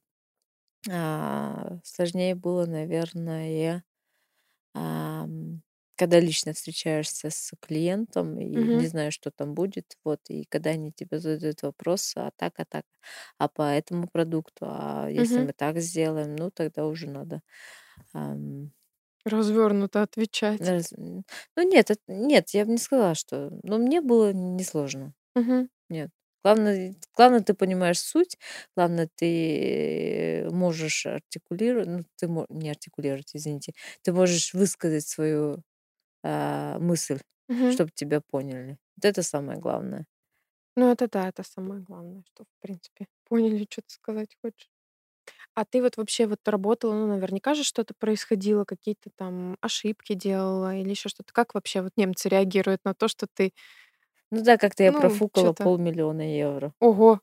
сложнее было, наверное, ам, когда лично встречаешься с клиентом и не Мгм. знаешь, что там будет, вот, и когда они тебе задают вопрос, а так, а по этому продукту, а если Мгм. мы так сделаем, ну, тогда уже надо ам, Развернуто отвечать. ну, нет, я бы не сказала, что, но мне было несложно. Мгм. Нет. Главное, ты понимаешь суть, главное, ты можешь артикулировать, ну, не артикулировать, извините, ты можешь высказать свою мысль, Мгм. чтобы тебя поняли. Вот это самое главное. Ну, это да, это самое главное, что, в принципе, поняли, что ты сказать хочешь. А ты вот вообще вот работала, ну, наверняка же что-то происходило, какие-то там ошибки делала или еще что-то. Как вообще вот немцы реагируют на то, что ты, Ну да, как-то я ну, что профукала то 500 000 евро. Ого!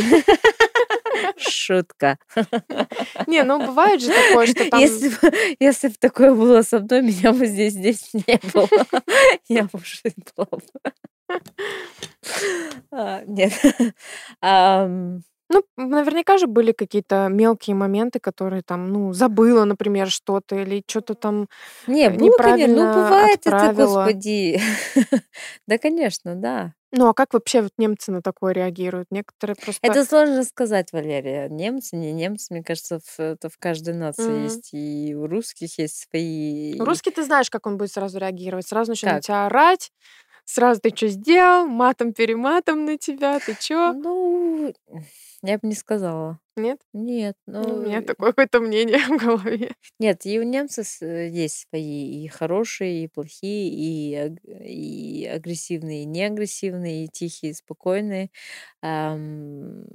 Шутка. Не, ну бывает же такое, что там, Если бы такое было со мной, меня бы здесь не было. Я бы уже была бы. Нет. Ам, ну, наверняка же были какие-то мелкие моменты, которые там, ну, забыла, например, что-то или что то там, Не, было, конечно, ну, неправильно бывает это, отправила. господи. Да, конечно, да. Ну, а как вообще вот немцы на такое реагируют? Некоторые просто Это сложно сказать, Валерия. Немцы, не немцы, мне кажется, это в каждой нации М. есть. И у русских есть свои. Русский ты знаешь, как он будет сразу реагировать. Сразу начнет на Как? тебя орать. Сразу: "Ты чё сделал?" Матом-перематом на тебя. "Ты чё?" Ну, я бы не сказала. Нет? Нет, Ну, у ну, меня такое какое-то мнение в голове. нет, и у немцев есть свои и хорошие, и плохие, и агрессивные, и неагрессивные, и тихие, и спокойные. Ам,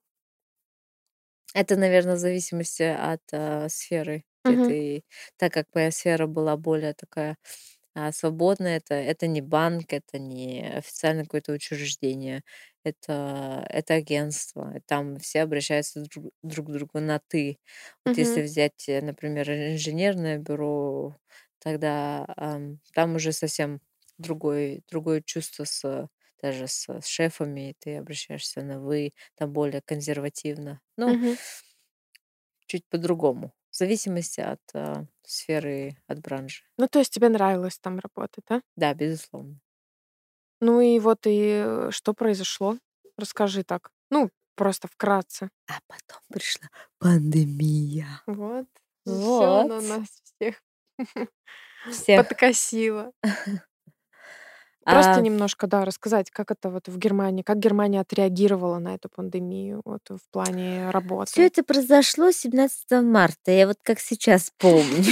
Это, наверное, в зависимости от сферы, где Мгм. ты. Так как моя сфера была более такая свободная, это не банк, это не официальное какое-то учреждение, это агентство. И там все обращаются друг к другу на «ты». Вот если Мгм. взять, например, инженерное бюро, тогда там уже совсем другое чувство даже с шефами, ты обращаешься на «вы», там более консервативно. Ну, Мгм. чуть по-другому, в зависимости от сферы, от бранжи. Ну, то есть тебе нравилось там работать, да? Да, безусловно. Ну и вот что произошло? Расскажи так. Ну, просто вкратце. А потом пришла пандемия. Вот. Все Вот. на нас всех Всех. подкосило. Просто А, немножко, да, рассказать, как это вот в Германии, как Германия отреагировала на эту пандемию вот в плане Все работы. это произошло 17 марта. Я вот как сейчас помню.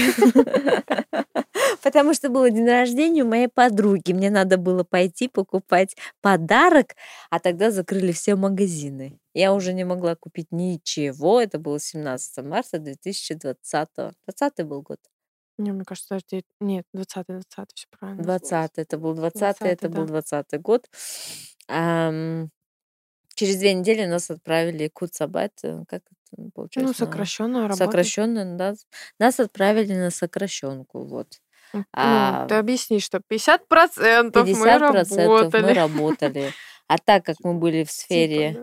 Потому что был день рождения у моей подруги. Мне надо было пойти покупать подарок, а тогда закрыли все магазины. Я уже не могла купить ничего. Это было 17 марта 2020. 20 был год. Не, мне кажется, даже нет, 20-й, все правильно. 20 это был 20 20-й, это был да. 20 год. Ам, Через 2 недели нас отправили Курцабайт, как это Ну, получается, сокращенная работа. сокращенно, да, нас отправили на сокращенку, вот. Ну, ты А объясни, что 50% мы 50% мы работали. работали. А так как мы были в Типа, сфере да.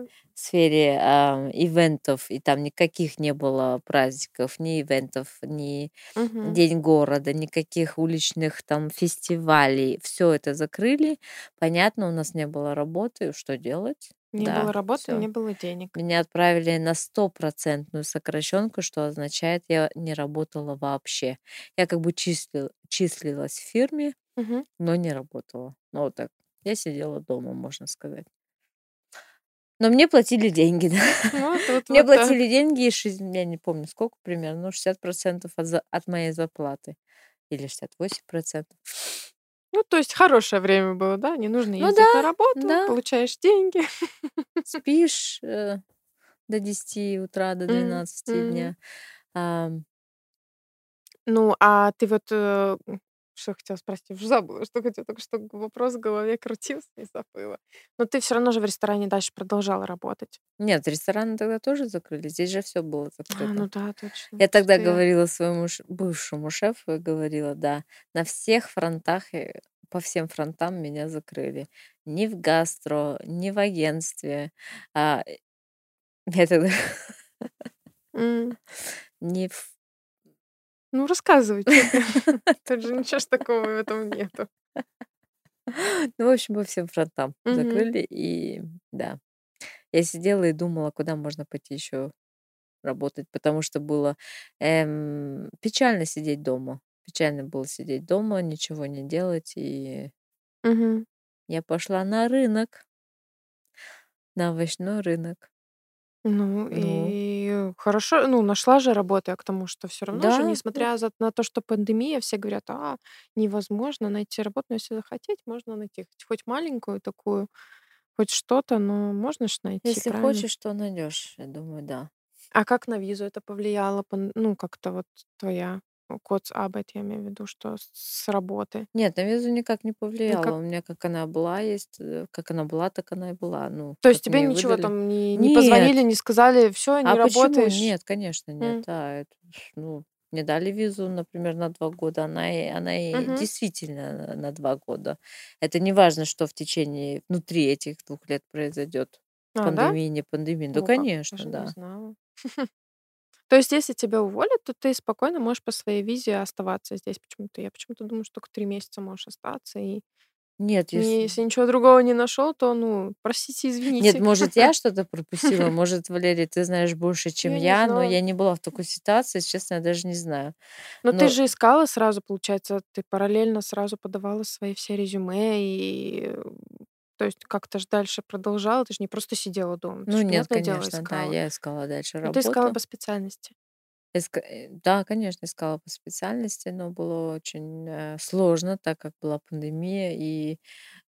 ивентов, и там никаких не было праздников, ни ивентов, ни Мгм. День города, никаких уличных там фестивалей, все это закрыли. Понятно, у нас не было работы, что делать? Не было Да, работы, не все. было денег. Меня отправили на 100% сокращенку, что означает, я не работала вообще. Я как бы числилась в фирме, Мгм. но не работала. Ну, вот так. Я сидела дома, можно сказать. Но мне платили деньги, да. Вот Мне вот так. платили деньги, я не помню сколько примерно, ну, 60% от моей зарплаты. Или 68%. Ну, то есть хорошее время было, да? Не нужно Ну ездить на да, работу, да. получаешь деньги. Спишь до 10 утра, до М, 12 м. дня. Ам, Ну, а ты вот, что хотела спросить, уже забыла, что хотела, только что вопрос в голове крутился и забыла. Но ты все равно же в ресторане дальше продолжала работать. Нет, рестораны тогда тоже закрыли. Здесь же все было закрыто. Ну да, точно. Я тогда Что-то я говорила своему бывшему шефу, и говорила, да, на всех фронтах, по всем фронтам меня закрыли. Ни в гастро, ни в агентстве. А, я тогда М. не в... Ну, рассказывай, что ты. Тут же ничего ж такого в этом нету. Ну, в общем, по всем фронтам Мгм. закрыли, и да. Я сидела и думала, куда можно пойти еще работать, потому что было печально сидеть дома. Печально было сидеть дома, ничего не делать, и Мгм. я пошла на рынок, на овощной рынок. Ну Ну, и хорошо, ну, нашла же работу. Я к тому, что все равно же, да, да. несмотря на то, что пандемия, все говорят: невозможно найти работу". Но если захотеть, можно найти хоть маленькую такую, хоть что-то, но можно ж найти, Если правильно? хочешь, то найдешь, я думаю, да. А как на визу это повлияло? Ну, как-то вот твоя Kurzarbeit, я имею в виду, что с работы? Нет, на визу никак не Никак. повлияло. У меня как она была, как она была, так она и была. Ну, То есть как тебе мне ее ничего выдали. там не позвонили, Нет. не сказали: все, А не почему? работаешь"? Нет, конечно, нет. М. Да, это, ну, мне дали визу, например, на 2 года. Она и Мгм. действительно на 2 года. Это не важно, что в течение, внутри этих 2 лет произойдет. Да? Пандемия, не пандемия. Да, О как, конечно, даже не да. знала. То есть, если тебя уволят, то ты спокойно можешь по своей визе оставаться здесь почему-то. Я почему-то думаю, что только 3 месяца можешь остаться. И Нет, если... если ничего другого не нашел, то, ну, простите, Нет, извините. может, я что-то пропустила, может, Валерий, ты знаешь больше, чем Я не я, но знаю. я не была в такой ситуации, если честно, я даже не знаю. Но ты Но же искала сразу, получается, ты параллельно сразу подавала свои все резюме и, то есть как-то ж дальше продолжала, ты же не просто сидела дома, ты ну же, нет, понятное дело, конечно, да, искала. я искала дальше Но ты искала работу. по специальности. Да, конечно, искала по специальности, но было очень сложно, так как была пандемия, и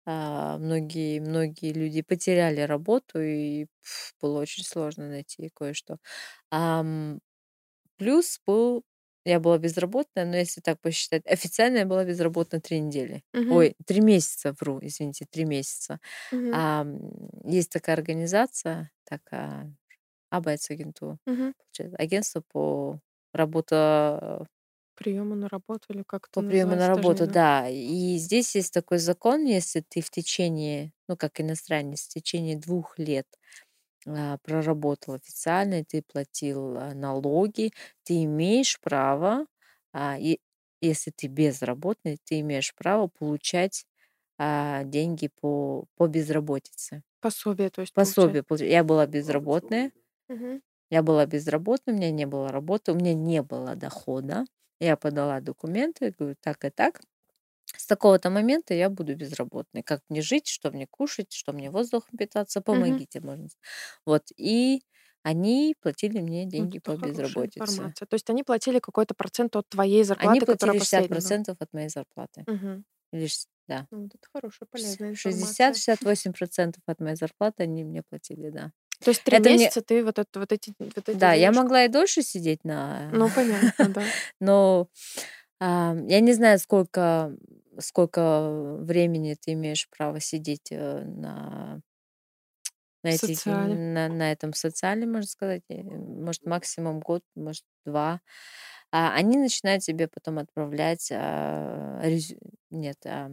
многие люди потеряли работу, и было очень сложно найти кое-что. Ам, Плюс был, я была безработная, но если так посчитать, официально я была безработна 3 недели. Мгм. Ой, 3 месяца, вру, извините, 3 месяца. Мгм. Есть такая организация, такая Arbeitsagentur, Мгм. получается, агентство по работа Приёмы на работу или как это по приему на называется, даже не работу, знаю. да. И здесь есть такой закон, если ты в течение, ну, как иностранец, в течение 2 лет проработал официально, и ты платил налоги, ты имеешь право, и если ты безработный, ты имеешь право получать деньги по безработице. Пособие, то есть, получать. Пособие. Я была безработная, Мгм. у меня не было работы, у меня не было дохода. Я подала документы, говорю, так и так. с такого-то момента я буду безработной. Как мне жить, что мне кушать, что мне воздухом питаться, Мгм. помогите, можно. Вот, и они платили мне Вот деньги это по хорошая безработице. информация. То есть они платили какой-то процент от твоей Они зарплаты, которая платили последняя была? 60% от моей зарплаты. Мгм. Да. Ну, вот это хорошая, полезная информация. 60-68% от моей зарплаты они мне платили, да. То есть 3 Это мне, месяца ты вот эти да, я денежку. могла и дольше сидеть на, Ну, понятно, да. но я не знаю, сколько времени ты имеешь право сидеть на В этих, социале. на этом социале, можно сказать, может, максимум год, может, 2. Они начинают тебе потом отправлять, нет,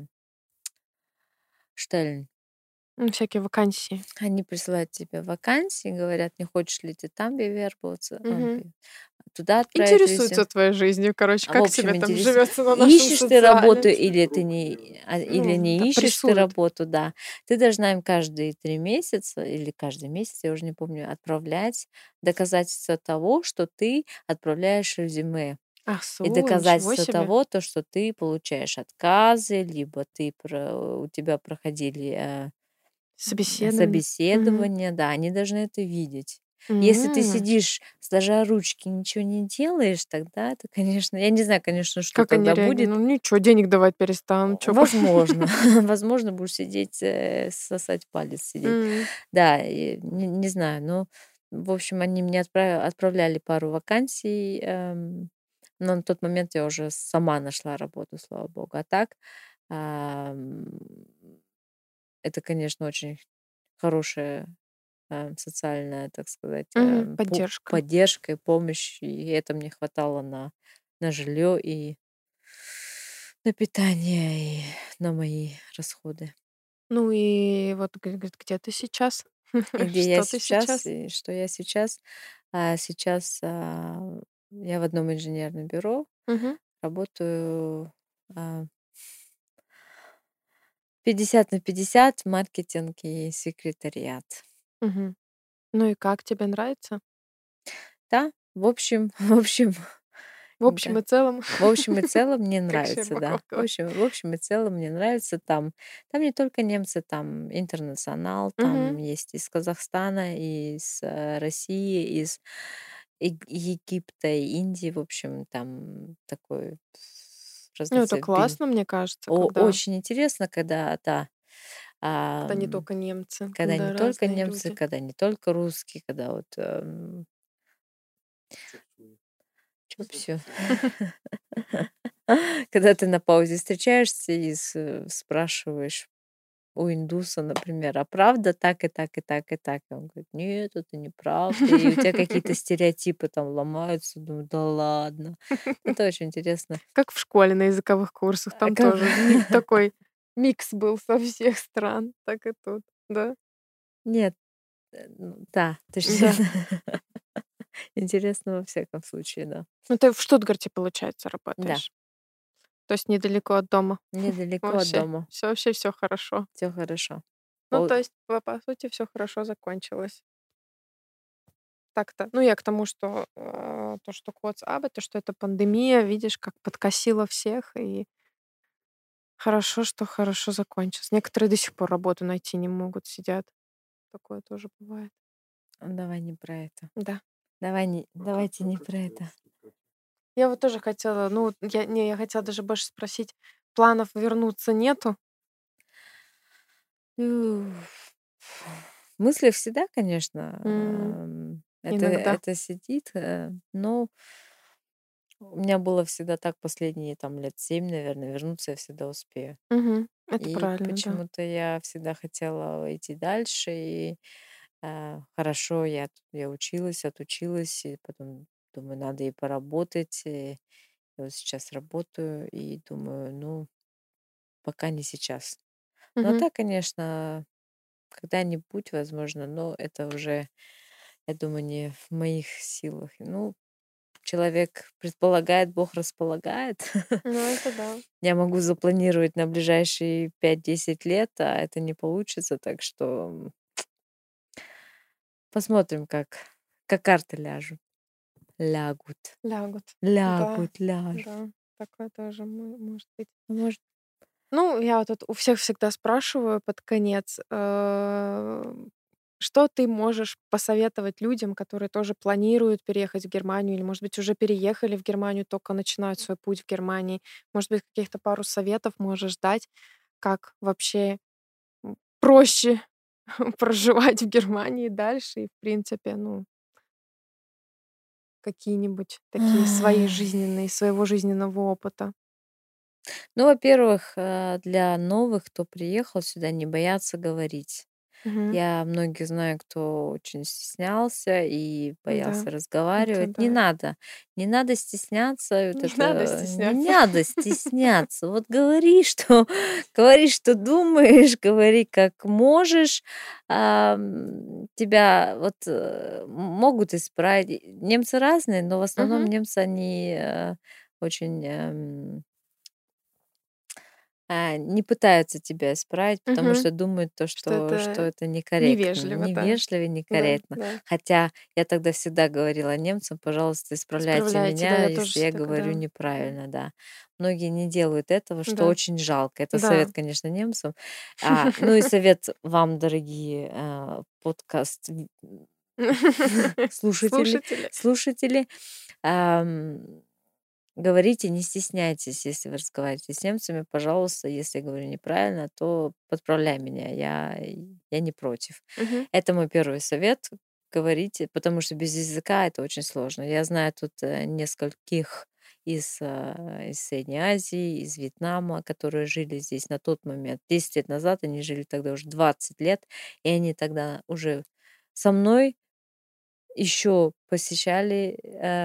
штельн. Всякие вакансии. Они присылают тебе вакансии, говорят, не хочешь ли ты там bewerbоваться, Мгм. туда отправить Интересуются резюме. твоей жизнью, короче, В как общем, тебе там интересно, живется на нашем ищешь ты социале. работу или ты не, или Ну, да, не ищешь ты прессуют. работу, да. Ты должна им каждые 3 месяца или каждый месяц, я уже не помню, отправлять доказательства того, что ты отправляешь резюме. Ах, И ничего доказательства себе. того, то, что ты получаешь отказы, либо у тебя проходили Собеседование. Мгм. собеседования, да, они должны это видеть. Если ты М. сидишь, сложа ручки, ничего не делаешь, тогда это, конечно, я не знаю, конечно, что Как они тогда реагируют? будет. Ну, ничего, денег давать перестанут. Чё по Возможно, возможно, будешь сидеть, сосать палец сидеть. М. Да, и не знаю, но, в общем, они мне отправляли пару вакансий, но на тот момент я уже сама нашла работу, слава богу. А так, ам, это, конечно, очень хорошая, социальная, так сказать, Мгм. Поддержка. поддержка и помощь, и это мне хватало на жилье и на питание, и на мои расходы. Ну и вот говорит, где ты сейчас? И где я Что ты сейчас, сейчас? и что я сейчас. Сейчас, я в одном инженерном бюро Мгм. работаю, а, 50/50 маркетинг и секретариат. Мгм. Ну и как, тебе нравится? Да, в общем в общем, В общем да. и целом, В общем и целом мне как нравится, да. Щербаков говорит. В общем и целом мне нравится там. Там не только немцы, там интернационал, там Мгм. есть из Казахстана, из, России, из Египта, и Индии. В общем, там такой Ну, это разноцветный. классно, мне кажется, когда Очень интересно, когда, да, не ам, только немцы, когда не когда только разные немцы, люди. когда не только русские, когда вот, всё. Когда ты на паузе встречаешься и спрашиваешь у индуса, например: "А правда так и так и так и так?" Он говорит: "Нет, это неправда". И у тебя какие-то стереотипы там ломаются. Думаю: "Да ладно". Это очень интересно. Как в школе на языковых курсах, там Как тоже такой микс был со всех стран, так и тут, да? Нет, ну да, точно. Да. Интересно во всяком случае, да. Ну, ты в Штутгарте, получается, Да, работаешь? То есть недалеко от дома? недалеко от Вообще, дома. вообще все хорошо. Все хорошо. Ну, Пол то есть, по сути, все хорошо закончилось. Так-то. Ну, я к тому, что, то, что WhatsApp, то, что это пандемия, видишь, как подкосила всех, и хорошо, что хорошо закончилось. Некоторые до сих пор работу найти не могут, сидят. Такое тоже бывает. Давай не про это. Да. Давайте не про это. Я вот тоже хотела, ну, вот я хотела даже больше спросить, планов вернуться нету? Уф. Мысли всегда, конечно, М, это иногда. это сидит, но у меня было всегда так последние там лет 7, наверное, вернуться я всегда успею. Мгм. Это И правильно, да. почему-то я всегда хотела идти дальше, и, хорошо, я училась, отучилась, и потом думаю, надо и поработать. И вот сейчас работаю и думаю, ну, пока не сейчас. Ну, а Мгм. так, конечно, когда-нибудь, возможно, но это уже, я думаю, не в моих силах. Ну, человек предполагает, Бог располагает. Ну, это да. Я могу запланировать на ближайшие 5-10 лет, а это не получится, так что посмотрим, как карты лягут, Лягут. Да, лягут, ляжут. да. Такое тоже может быть. Ну, может. Ну, я вот тут у всех всегда спрашиваю под конец, что ты можешь посоветовать людям, которые тоже планируют переехать в Германию или, может быть, уже переехали в Германию, только начинают свой путь в Германии? Может быть, каких-то пару советов можешь дать, как вообще проще проживать в Германии дальше и, в принципе, ну, какие-нибудь такие свои жизненные, своего жизненного опыта. Ну, во-первых, для новых, кто приехал сюда, не бояться говорить. Мгм. Я многих знаю, кто очень стеснялся и Да, боялся это разговаривать. да. Не надо стесняться. Вот Не надо это не стесняться. надо стесняться. Вот говори, что говори, что думаешь, говори, как можешь. Тебя вот могут исправить. Немцы разные, но в основном Мгм. немцы они очень не пытаются тебя исправить, потому Мгм. что думают то, Что что это это некорректно, невежливо, да. невежливо и Да, некорректно. да. Хотя я тогда всегда говорила немцам: "Пожалуйста, исправляйте Исправляйте, да, меня, я тоже если я всегда говорю говорила. неправильно", да. Многие не делают этого, что Да, очень жалко. Это да. совет, конечно, немцам. Ну и совет вам, дорогие, подкаст слушатели Слушатели. слушатели. Ам, Говорите, не стесняйтесь, если вы разговариваете с немцами. Пожалуйста, если я говорю неправильно, то подправляй меня. Я не против. Мгм. Это мой первый совет. Говорите, потому что без языка это очень сложно. Я знаю тут нескольких из Средней Азии, из Вьетнама, которые жили здесь на тот момент. 10 лет назад они жили тогда уже 20 лет, и они тогда уже со мной еще посещали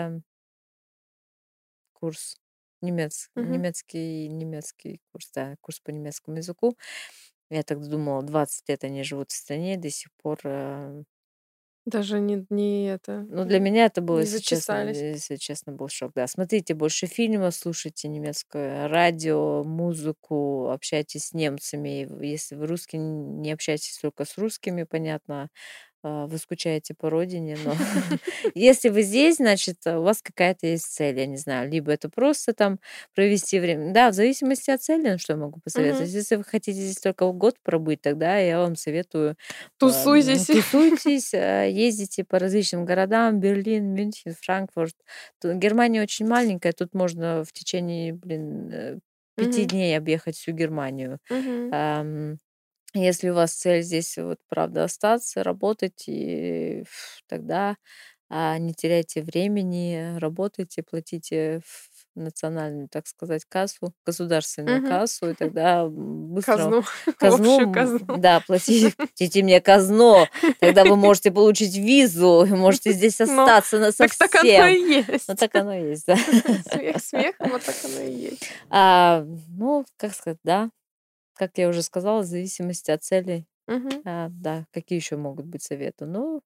курс Мгм. немецкий курс, да, курс по немецкому языку. Я тогда думала, 20 лет они живут в стране, до сих пор, Даже не это, ну, для меня это было, не зачесались. если честно, был шок. Да, смотрите больше фильмов, слушайте немецкое радио, музыку, общайтесь с немцами. Если вы русский, не общайтесь только с русскими, понятно, вы скучаете по родине, но если вы здесь, значит, у вас какая-то есть цель, я не знаю, либо это просто там провести время. Да, в зависимости от цели, ну, что я могу посоветовать. Мгм. Если вы хотите здесь только год пробыть, тогда я вам советую Тусуйтесь. тусуйтесь, ездите по различным городам: Берлин, Мюнхен, Франкфурт. Германия очень маленькая, тут можно в течение, 5 Мгм. дней объехать всю Германию. Мгм. Ам, Если у вас цель здесь вот правда остаться, работать, и тогда не теряйте времени, работайте, платите в национальную, так сказать, кассу, государственную Мгм. кассу, и тогда быстро Казну, казну, общую казну. да, платите мне казну, тогда вы можете получить визу, и можете здесь Ну, остаться так оно насовсем. и Ну, есть. так оно и есть, да. Смех смехом, а так оно и есть. Ну, как сказать, да. Как я уже сказала, в зависимости от целей, Мгм. да, какие еще могут быть советы? Ну,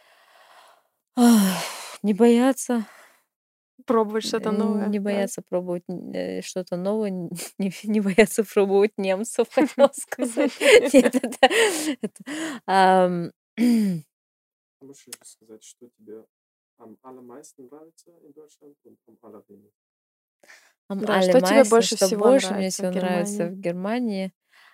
не бояться, Пробовать что-то новое, не да. бояться пробовать что-то новое, не бояться пробовать немцев, хотела сказать. Нет, это, ам, Можешь рассказать, что тебе allermeisten нравится in Deutschland und am allerwenigsten? Да, что тебе allermeisten, больше что всего больше мне нравится в всего нравится Германии? в Германии.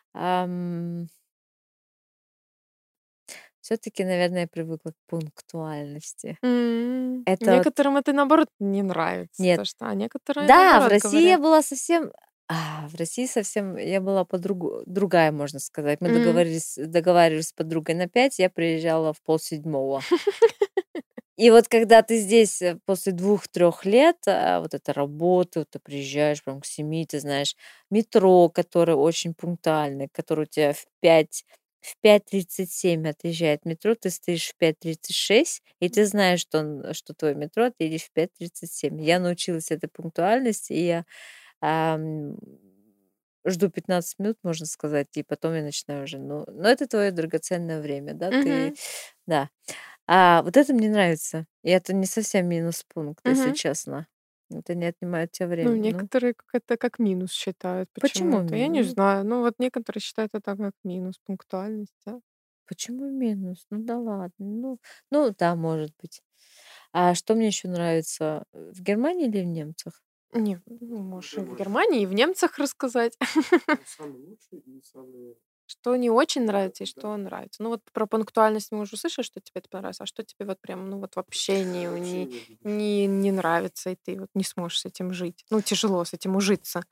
Все-таки, наверное, я привыкла к пунктуальности. Это вот Некоторым это, наоборот, не нравится, нет. то, что а некоторые, Да, в наоборот, России я говорят. была совсем в России совсем я была другая, можно сказать. Мы договаривались с подругой на 5, я приезжала в полседьмого. И вот когда ты здесь, после 2-3 лет, вот эта работа, вот ты приезжаешь прям к 7, ты знаешь, метро, которое очень пунктуальное, которое у тебя в 5:37 отъезжает метро, ты стоишь в 5:36, и ты знаешь, что твое метро отъедет в 5:37. Я научилась этой пунктуальности, и я Ам, жду 15 минут, можно сказать, и потом я начинаю уже, но это твое драгоценное время, да, Мгм, да. Вот это мне нравится. И это не совсем минус пункт, если мгм. честно. Это не отнимает у тя Ну, время. Ну, некоторые как это как минус считают почему почему-то. Я не минус? знаю. Ну, вот некоторые считают это как минус, пунктуальность, да. Почему минус? Ну да ладно. Ну да, может быть. А что мне еще нравится, в Германии или в немцах? Не, можешь и в Германия. Германии, и в немцах рассказать. Ну, самый лучший и самый... Что не очень нравится и Да. что нравится. Ну вот про пунктуальность мы уже услышали, что тебе это понравилось, а что тебе вот прям, ну вот вообще Вообще не любишь. не нравится, и ты вот не сможешь с этим жить. Ну, тяжело с этим ужиться.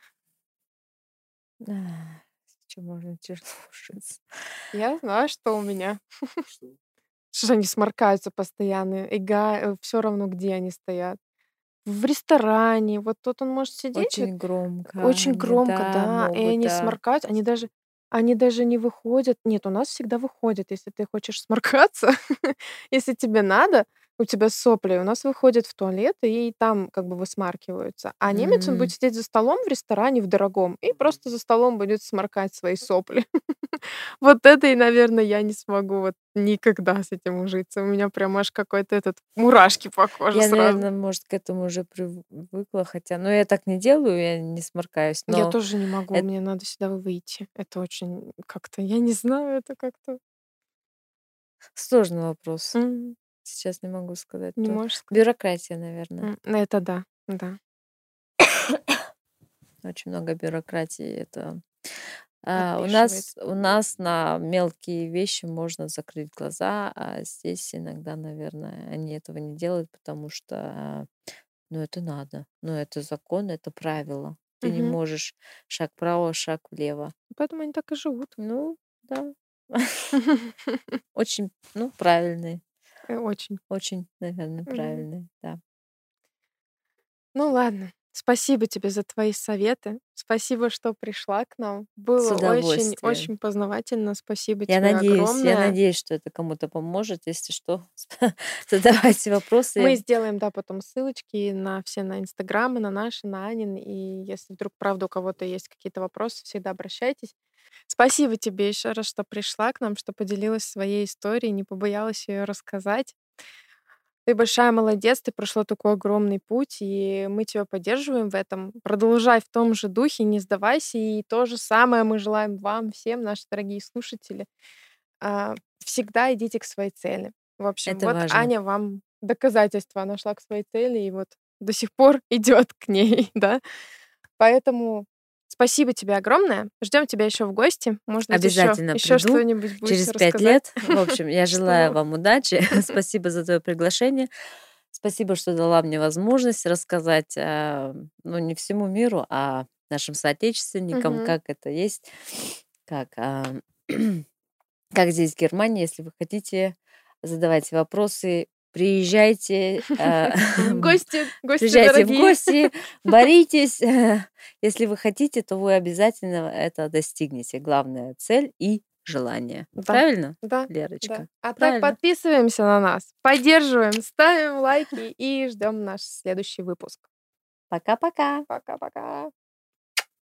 С чем можно тяжело ужиться. Я знаю, что у меня. Что? Что они сморкаются постоянно, и все равно, где они стоят. В ресторане, вот тут он может сидеть, вот Очень громко очень они, громко, да, да, и могут, они да. сморкаются, они даже не выходят. Нет, у нас всегда выходят, если ты хочешь сморкаться, если тебе надо, у тебя сопли, у нас выходят в туалет и там как бы высмаркиваются. А немец, он будет сидеть за столом в ресторане в дорогом и просто за столом будет сморкать свои сопли. Вот это и, наверное, я не смогу вот никогда с этим ужиться. У меня прям аж какой-то мурашки по коже Я, сразу. наверное, может, к этому уже привыкла, хотя, ну, я так не делаю, я не сморкаюсь, Я но тоже не могу, эт мне надо всегда выйти. Это очень как-то, я не знаю, это как-то сложный вопрос. м, Сейчас не могу сказать не то. можешь сказать. Бюрократия, наверное. Это да, да. Очень много бюрократии. Это у Подбешивает. нас на мелкие вещи можно закрыть глаза, а здесь иногда, наверное, они этого не делают, потому что, ну, это надо. Ну, это закон, это правило. Ты не Мгм. можешь шаг вправо, шаг влево. Поэтому они так и живут. Ну, да. Очень, ну, правильные. Очень. Очень, наверное, Мгм. правильные, да. Ну ладно. Спасибо тебе за твои советы. Спасибо, что пришла к нам. С Было удовольствием. очень познавательно. Спасибо Я тебе огромное. надеюсь, что это кому-то поможет. Если что, задавайте вопросы. Мы сделаем, да, потом ссылочки на Инстаграм, и на наши, на Анин. И если вдруг, правда, у кого-то есть какие-то вопросы, всегда обращайтесь. Спасибо тебе еще раз, что пришла к нам, что поделилась своей историей, не побоялась ее рассказать. Ты большая молодец, ты прошла такой огромный путь, и мы тебя поддерживаем в этом. Продолжай в том же духе, не сдавайся. И то же самое мы желаем вам, всем, наши дорогие слушатели. Всегда идите к своей цели. В общем, Это вот важно. Аня вам доказательство. Она шла к своей цели и вот до сих пор идет к ней, да. Поэтому спасибо тебе огромное. Ждем тебя еще в гости. Может быть, Обязательно еще приду что-нибудь будешь через 5 рассказать. лет. В общем, я Что желаю нового? вам удачи. Спасибо за твое приглашение. Спасибо, что дала мне возможность рассказать, ну, не всему миру, а нашим соотечественникам, Мгм. как это есть, как, как здесь, в Германии. Если вы хотите, задавайте вопросы, приезжайте, В гости приезжайте в дорогие. гости, боритесь. Если вы хотите, то вы обязательно это достигнете. Главная цель и желание. Да, Правильно, да, да. Лерочка? А так Правильно. подписываемся на нас, поддерживаем, ставим лайки и ждем наш следующий выпуск. Пока-пока. Пока-пока.